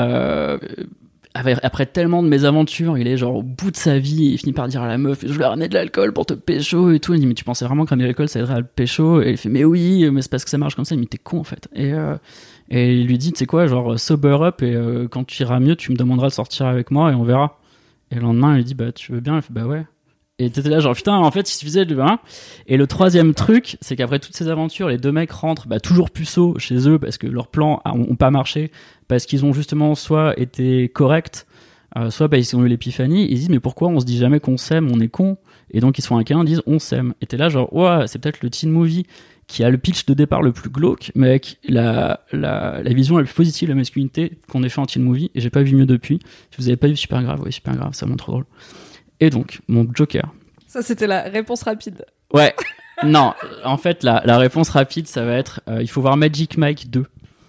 après tellement de mésaventures, il est genre au bout de sa vie, il finit par dire à la meuf je voulais ramener de l'alcool pour te pécho et tout. Il dit mais tu pensais vraiment que ramener de l'alcool ça aiderait à le pécho? Et il fait mais oui, mais c'est parce que ça marche comme ça. Il dit mais t'es con en fait. Et il lui dit tu sais quoi, genre sober up et quand tu iras mieux tu me demanderas de sortir avec moi et on verra. Et le lendemain il lui dit bah tu veux bien? Il fait bah ouais. Et t'étais là genre putain en fait il suffisait de hein. Et le troisième truc c'est qu'après toutes ces aventures les deux mecs rentrent toujours puceaux chez eux parce que leurs plans ont pas marché, parce qu'ils ont justement soit été corrects, soit ils ont eu l'épiphanie, ils disent mais pourquoi on se dit jamais qu'on s'aime, on est con. Et donc ils se font un câlin, ils disent on s'aime. Et t'es là genre ouais c'est peut-être le teen movie qui a le pitch de départ le plus glauque mais avec la vision la plus positive de la masculinité qu'on ait fait en teen movie. Et j'ai pas vu mieux depuis. Si vous avez pas vu Super Grave, ouais Super Grave c'est vraiment trop drôle. Et donc, mon Joker. Ça, c'était la réponse rapide. Ouais. Non, en fait, la réponse rapide, ça va être il faut voir Magic Mike 2.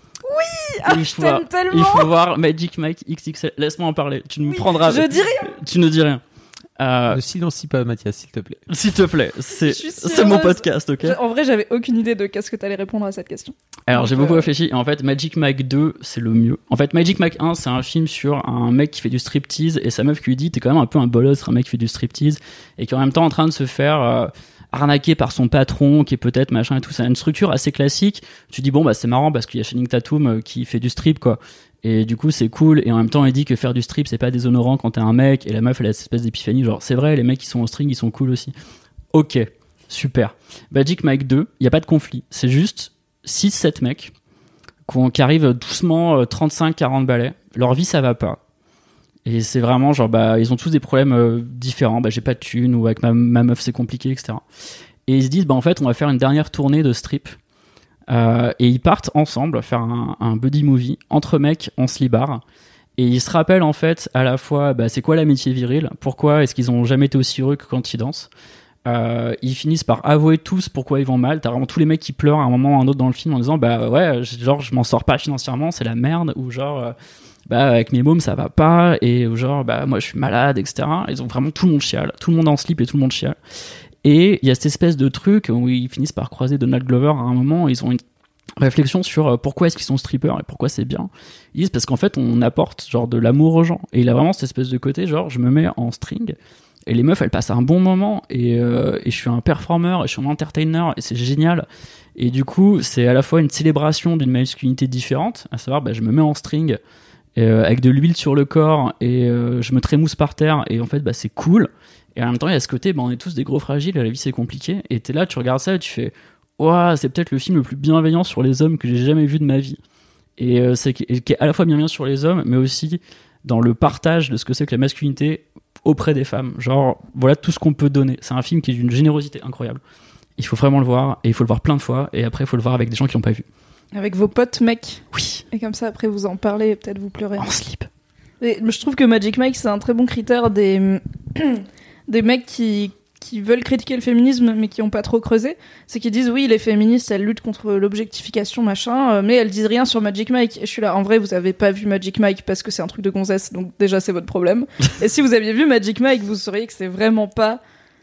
Oui, je t'aime tellement. Il faut voir Magic Mike XXL. Laisse-moi en parler. Tu me prendras. Je dis rien. Tu ne dis rien. Ne silencie pas, Mathias, s'il te plaît. S'il te plaît, c'est mon podcast, ok? En vrai, j'avais aucune idée de qu'est-ce que t'allais répondre à cette question. Alors, j'ai beaucoup réfléchi. Et en fait, Magic Mike 2, c'est le mieux. En fait, Magic Mike 1, c'est un film sur un mec qui fait du striptease et sa meuf qui lui dit t'es quand même un peu un bolos, un mec qui fait du striptease et qui est en même temps en train de se faire arnaqué par son patron qui est peut-être machin et tout. C'est une structure assez classique. Tu dis bon bah c'est marrant parce qu'il y a Channing Tatum qui fait du strip quoi. Et du coup c'est cool, et en même temps il dit que faire du strip c'est pas déshonorant quand t'es un mec, et la meuf elle a cette espèce d'épiphanie genre c'est vrai les mecs qui sont au string ils sont cool aussi. Ok, super. Magic Mike 2, y a pas de conflit, c'est juste 6-7 mecs qui arrivent doucement 35-40 balais, leur vie ça va pas. Et c'est vraiment genre ils ont tous des problèmes différents, j'ai pas de thunes, ou avec ma meuf c'est compliqué, etc. Et ils se disent en fait on va faire une dernière tournée de strip. Et ils partent ensemble faire un buddy movie entre mecs en slibard, et ils se rappellent en fait à la fois c'est quoi l'amitié virile, pourquoi est-ce qu'ils ont jamais été aussi heureux que quand ils dansent. Ils finissent par avouer tous pourquoi ils vont mal. T'as vraiment tous les mecs qui pleurent à un moment ou à un autre dans le film en disant ouais genre je m'en sors pas financièrement, c'est la merde, ou genre avec mes mômes ça va pas, et genre moi je suis malade, etc. Ils ont vraiment tout le monde chiale, tout le monde en slip et tout le monde chiale. Et il y a cette espèce de truc où ils finissent par croiser Donald Glover à un moment, ils ont une réflexion sur pourquoi est-ce qu'ils sont strippers et pourquoi c'est bien. Ils disent parce qu'en fait on apporte genre de l'amour aux gens, et il a vraiment cette espèce de côté genre je me mets en string et les meufs elles passent un bon moment, et je suis un performeur et je suis un entertainer et c'est génial. Et du coup, c'est à la fois une célébration d'une masculinité différente, à savoir, je me mets en string avec de l'huile sur le corps et je me trémousse par terre et en fait, c'est cool. Et en même temps, il y a ce côté, on est tous des gros fragiles, la vie c'est compliqué. Et t'es là, tu regardes ça et tu fais, ouah, c'est peut-être le film le plus bienveillant sur les hommes que j'ai jamais vu de ma vie. Et qui est à la fois bienveillant sur les hommes, mais aussi dans le partage de ce que c'est que la masculinité auprès des femmes. Genre, voilà tout ce qu'on peut donner. C'est un film qui est d'une générosité incroyable. Il faut vraiment le voir, et il faut le voir plein de fois, et après il faut le voir avec des gens qui l'ont pas vu. Avec vos potes mecs. Oui. Et comme ça, après vous en parlez et peut-être vous pleurez. En slip. Et je trouve que Magic Mike, c'est un très bon critère des mecs qui veulent critiquer le féminisme mais qui ont pas trop creusé. C'est qu'ils disent oui, les féministes, elles luttent contre l'objectification, machin, mais elles disent rien sur Magic Mike. Et je suis là, en vrai, vous avez pas vu Magic Mike parce que c'est un truc de gonzesse, donc déjà c'est votre problème. Et si vous aviez vu Magic Mike, vous sauriez que c'est vraiment pas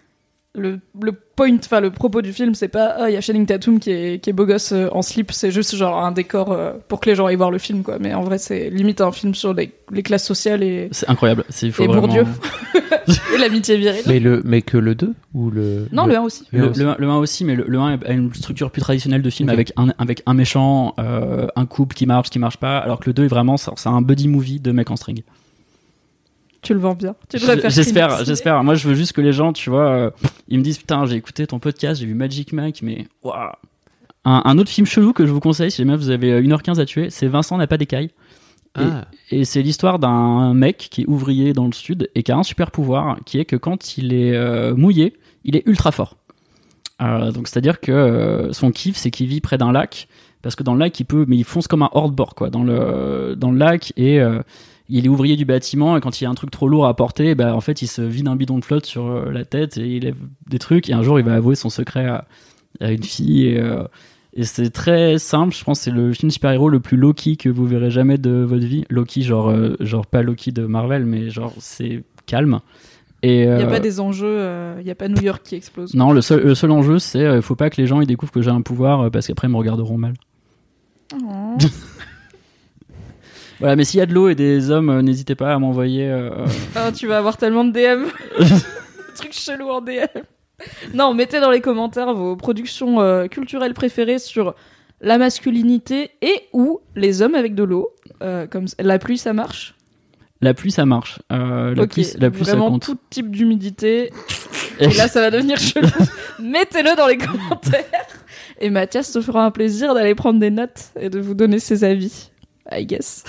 le point, enfin le propos du film, c'est pas il y a Channing Tatum qui est beau gosse en slip, c'est juste genre un décor pour que les gens aillent voir le film, quoi. Mais en vrai, c'est limite un film sur les classes sociales et c'est incroyable. Il faut et vraiment... Bourdieu et l'amitié virile. Mais que le 2 ou le Non, le 1 aussi. Le 1 aussi, mais le 1 a une structure plus traditionnelle de film, okay. avec un méchant, un couple qui marche pas, alors que le 2 est vraiment c'est un buddy movie de mecs en string. Tu le vends bien. J'espère. Moi, je veux juste que les gens, tu vois, ils me disent putain, j'ai écouté ton podcast, j'ai vu Magic Mike, mais waouh. Un autre film chelou que je vous conseille, si jamais vous avez 1h15 à tuer, c'est Vincent n'a pas d'écailles. Et c'est l'histoire d'un mec qui est ouvrier dans le sud et qui a un super pouvoir, qui est que quand il est mouillé, il est ultra fort. Donc c'est-à-dire que son kiff, c'est qu'il vit près d'un lac, parce que dans le lac, il fonce comme un hors-de-bord, quoi, dans le lac, et il est ouvrier du bâtiment, et quand il y a un truc trop lourd à porter, en fait, il se vide un bidon de flotte sur la tête et il lève des trucs, et un jour, il va avouer son secret à une fille, et c'est très simple. Je pense que c'est le film super-héros le plus low-key que vous verrez jamais de votre vie. Low-key, genre pas Loki de Marvel, mais genre c'est calme. Et il n'y a pas des enjeux, il n'y a pas New York qui explose. Non, le seul enjeu, c'est faut pas que les gens ils découvrent que j'ai un pouvoir parce qu'après ils me regarderont mal. Oh. Voilà, mais s'il y a de l'eau et des hommes, n'hésitez pas à m'envoyer. Oh, tu vas avoir tellement de DM. Truc chelou en DM. Non, mettez dans les commentaires vos productions culturelles préférées sur la masculinité et ou les hommes avec de l'eau. Comme la pluie, ça marche. La pluie, ça marche. La pluie, vraiment ça compte. Tout type d'humidité. Et là, ça va devenir chelou. Mettez-le dans les commentaires. Et Mathias se fera un plaisir d'aller prendre des notes et de vous donner ses avis. I guess.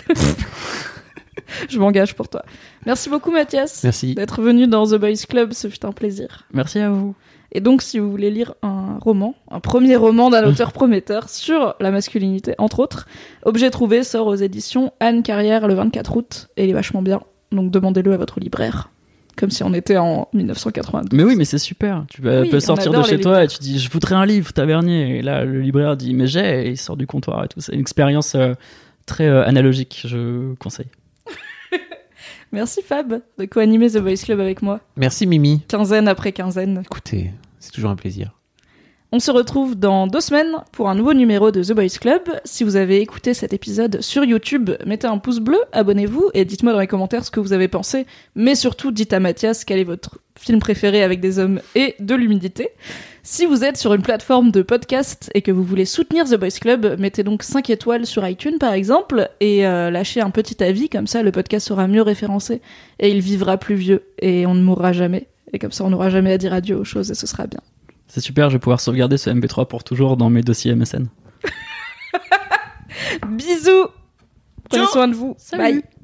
Je m'engage pour toi. Merci beaucoup, Mathias. Merci. D'être venu dans The Boys Club. Ce fut un plaisir. Merci à vous. Et donc, si vous voulez lire un premier roman d'un auteur prometteur sur la masculinité, entre autres, Objet trouvé sort aux éditions Anne Carrière le 24 août, et il est vachement bien. Donc, demandez-le à votre libraire. Comme si on était en 1992. Mais oui, mais c'est super. Tu peux sortir de chez toi et tu dis, je voudrais un livre, Tavernier. Et là, le libraire dit, mais j'ai, et il sort du comptoir et tout. C'est une expérience très analogique, je conseille. Merci Fab de co-animer The Boys Club avec moi. Merci Mimi. Quinzaine après quinzaine. Écoutez, c'est toujours un plaisir. On se retrouve dans 2 semaines pour un nouveau numéro de The Boys Club. Si vous avez écouté cet épisode sur YouTube, mettez un pouce bleu, abonnez-vous et dites-moi dans les commentaires ce que vous avez pensé. Mais surtout, dites à Mathias quel est votre film préféré avec des hommes et de l'humidité. Si vous êtes sur une plateforme de podcast et que vous voulez soutenir The Boys Club, mettez donc 5 étoiles sur iTunes par exemple et lâchez un petit avis, comme ça le podcast sera mieux référencé et il vivra plus vieux et on ne mourra jamais. Et comme ça on n'aura jamais à dire adieu aux choses et ce sera bien. C'est super, je vais pouvoir sauvegarder ce MP3 pour toujours dans mes dossiers MSN. Bisous. Prenez soin de vous. Salut. Bye.